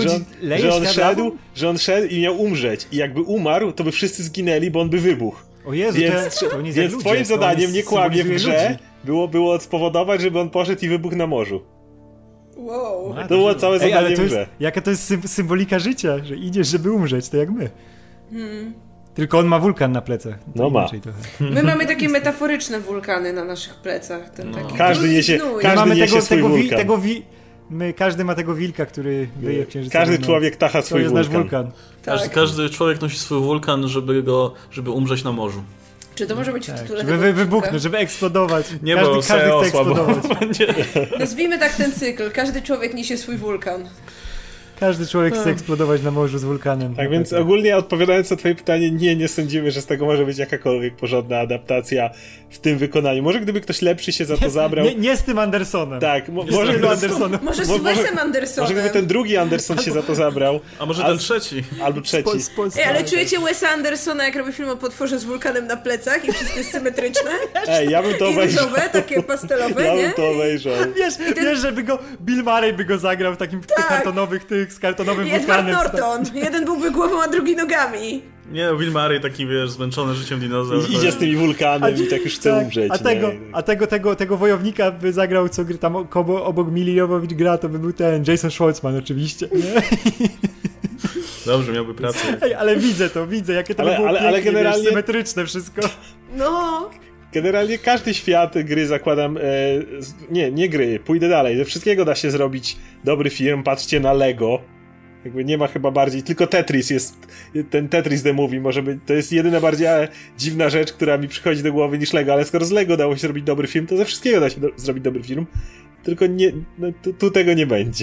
że on szedł i miał umrzeć. I jakby umarł, to by wszyscy zginęli, bo on by wybuchł. O Jezu, więc twoim zadaniem, nie kłamie w grze, było spowodować, żeby on poszedł i wybuchł na morzu. Wow. To było całe zadanie w grze. Jaka to jest symbolika życia, że idziesz, żeby umrzeć, to jak my. Tylko on ma wulkan na plecach. No ma. My mamy takie metaforyczne wulkany na naszych plecach. Taki każdy niesie swój wulkan. Każdy ma tego wilka, który wyje w księżycu. Każdy człowiek tacha swój wulkan. To jest nasz wulkan. Tak. Każdy człowiek nosi swój wulkan, żeby umrzeć na morzu. Czy to może być w tytule żeby wybuchnąć, żeby eksplodować. Nie, każdy chce eksplodować. Nazwijmy tak ten cykl. Każdy człowiek niesie swój wulkan. Każdy człowiek chce eksplodować na morzu z wulkanem. Tak, więc ogólnie odpowiadając na twoje pytanie, nie sądzimy, że z tego może być jakakolwiek porządna adaptacja w tym wykonaniu. Może gdyby ktoś lepszy się za to zabrał... Nie z tym Andersonem. Tak, może z Wesem Andersonem. Może gdyby ten drugi Anderson się za to zabrał. A może ten trzeci. Albo trzeci. Ale czujecie Wesa Andersona, jak robi film o potworze z wulkanem na plecach i wszystko jest symetryczne? Ja bym to obejrzał. I różowe, takie pastelowe, nie? Ja bym to obejrzał. Wiesz, żeby Bill Murray by go zagrał w takim kartonowych tych z kartonowym I Edward wulkanem. Norton. Jeden byłby głową, a drugi nogami. Nie, Bill Murray taki, wiesz, zmęczony życiem dinozaur. Idzie z tymi wulkanem i tak już chce umrzeć. Tego wojownika by zagrał, co tam obok Mili Jovovich gra, to by był ten Jason Schwartzman oczywiście, nie? Dobrze, miałby pracę. Ej, ale widzę, jakie to by było pięknie, generalnie... wiesz, symetryczne wszystko. No... Generalnie każdy świat gry zakładam... nie gry, pójdę dalej. Ze wszystkiego da się zrobić dobry film. Patrzcie na Lego. Jakby nie ma chyba bardziej... Tylko Tetris jest... Ten Tetris The Movie może być... To jest jedyna bardziej dziwna rzecz, która mi przychodzi do głowy niż Lego. Ale skoro z Lego dało się zrobić dobry film, to ze wszystkiego da się zrobić dobry film. Tylko nie... tu tego nie będzie.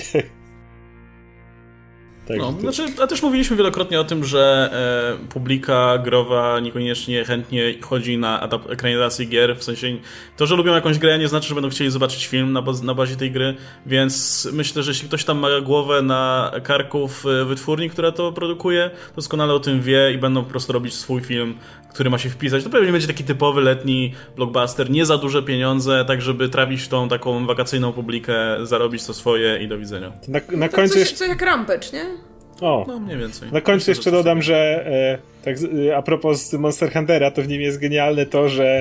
Tak, no, znaczy, a też mówiliśmy wielokrotnie o tym, że publika growa niekoniecznie chętnie chodzi na ekranizację gier, w sensie to, że lubią jakąś grę, nie znaczy, że będą chcieli zobaczyć film na bazie tej gry, więc myślę, że jeśli ktoś tam ma głowę na karku w wytwórni, która to produkuje, doskonale o tym wie i będą po prostu robić swój film, który ma się wpisać. To pewnie będzie taki typowy letni blockbuster, nie za duże pieniądze, tak żeby trafić w tą taką wakacyjną publikę, zarobić to swoje i do widzenia. Na końcu coś jak Rampage, nie? O, no mniej więcej. Na końcu jeszcze dodam, że a propos Monster Huntera, to w nim jest genialne to, że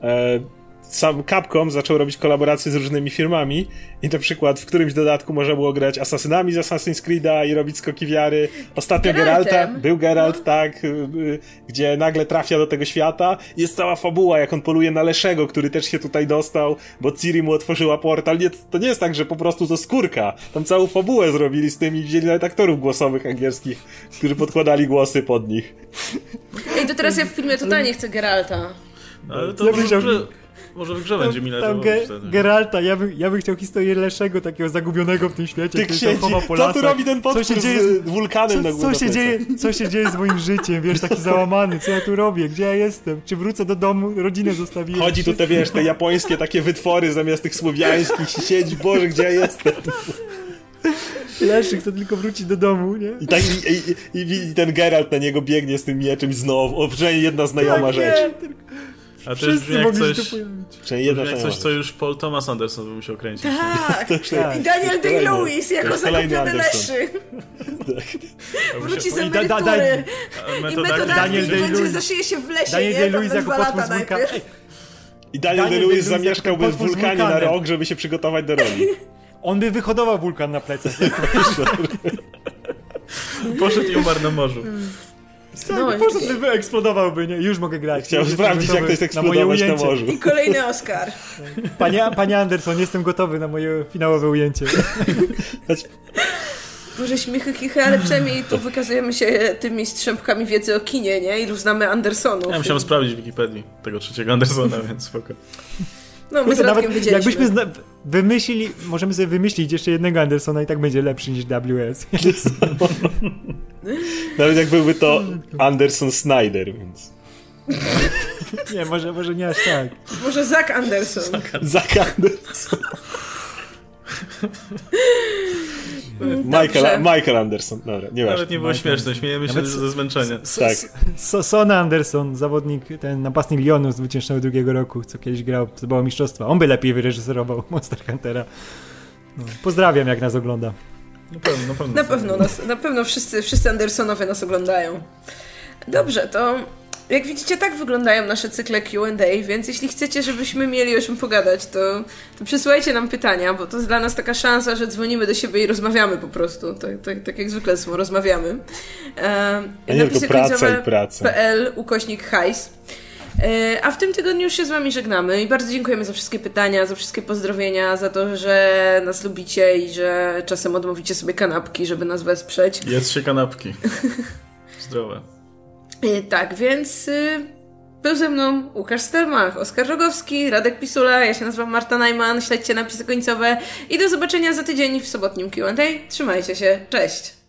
sam Capcom zaczął robić kolaboracje z różnymi firmami i na przykład w którymś dodatku można było grać asasynami z Assassin's Creed'a i robić skoki wiary. Ostatnio był Geralt, tak, gdzie nagle trafia do tego świata. Jest cała fabuła, jak on poluje na Leszego, który też się tutaj dostał, bo Ciri mu otworzyła portal. To nie jest tak, że po prostu to skórka. Tam całą fabułę zrobili z tym i wzięli nawet aktorów głosowych angielskich, którzy podkładali głosy pod nich. Ej, to teraz ja w filmie totalnie chcę Geralta. Ale to może w grze będzie mi Geralta, ja bym chciał historię Leszego, takiego zagubionego w tym świecie, który się chowa po lasach. Co tu robi ten potwór z wulkanem na górze? Co się dzieje z moim życiem, wiesz, taki załamany, co ja tu robię, gdzie ja jestem, czy wrócę do domu, rodzinę zostawiłem. Chodzi tu te japońskie takie wytwory zamiast tych słowiańskich i siedzi, Boże, gdzie ja jestem? Leszek chce tylko wrócić do domu, nie? I ten Geralt na niego biegnie z tym mieczem i znowu, przynajmniej jedna znajoma rzecz. A to jest jak coś, co już Paul Thomas Anderson by musiał kręcić. Tak! I Daniel Day-Lewis jako zakupiony Leszy. Wróci z emerytury. I metodami będzie zaszyje się w lesie, Daniel Day-Lewis jako potwór z wulkanu. I Daniel Day-Lewis zamieszkałby w wulkanie na rok, żeby się przygotować do roli. On by wyhodował wulkan na plecach. Poszedł i umarł na morzu. Poszedł, wyeksplodowałby, nie? Już mogę grać. Chciał sprawdzić, jak to jest eksplodować na morzu. I kolejny Oscar. Panie Anderson, jestem gotowy na moje finałowe ujęcie. Boże, śmiechy, kichy, ale przynajmniej tu wykazujemy się tymi strzępkami wiedzy o kinie, nie? Ilu znamy Andersonów. Ja musiałem sprawdzić w Wikipedii tego trzeciego Andersona, więc spoko. No, my z Radkiem wiedzieliśmy. Jakbyśmy wymyślili, możemy sobie wymyślić jeszcze jednego Andersona i tak będzie lepszy niż WS. Nawet jak byłby to Anderson Snyder, więc... Nie, może nie aż tak. Może Zack Anderson. Zack Anderson. Michael Anderson. Dobra, nie nawet nie było śmieszne, śmiejemy się ze zmęczenia. Tak. Son Anderson, zawodnik, ten napastnik Lyonu z 2002 roku, co kiedyś grał, zdobywał mistrzostwa. On by lepiej wyreżyserował Monster Huntera. No, pozdrawiam, jak nas ogląda. Na pewno wszyscy Andersonowie nas oglądają. Dobrze, to jak widzicie, tak wyglądają nasze cykle Q&A, więc jeśli chcecie, żebyśmy mieli o czym pogadać, to przysyłajcie nam pytania, bo to jest dla nas taka szansa, że dzwonimy do siebie i rozmawiamy po prostu. Tak jak zwykle rozmawiamy. Nie tylko praca. PL/hajs. A w tym tygodniu już się z wami żegnamy i bardzo dziękujemy za wszystkie pytania, za wszystkie pozdrowienia, za to, że nas lubicie i że czasem odmówicie sobie kanapki, żeby nas wesprzeć. Jedz się kanapki. Zdrowe. Tak, więc był ze mną Łukasz Stelmach, Oskar Rogowski, Radek Pisula, ja się nazywam Marta Najman, śledźcie napisy końcowe i do zobaczenia za tydzień w sobotnim Q&A. Trzymajcie się, cześć!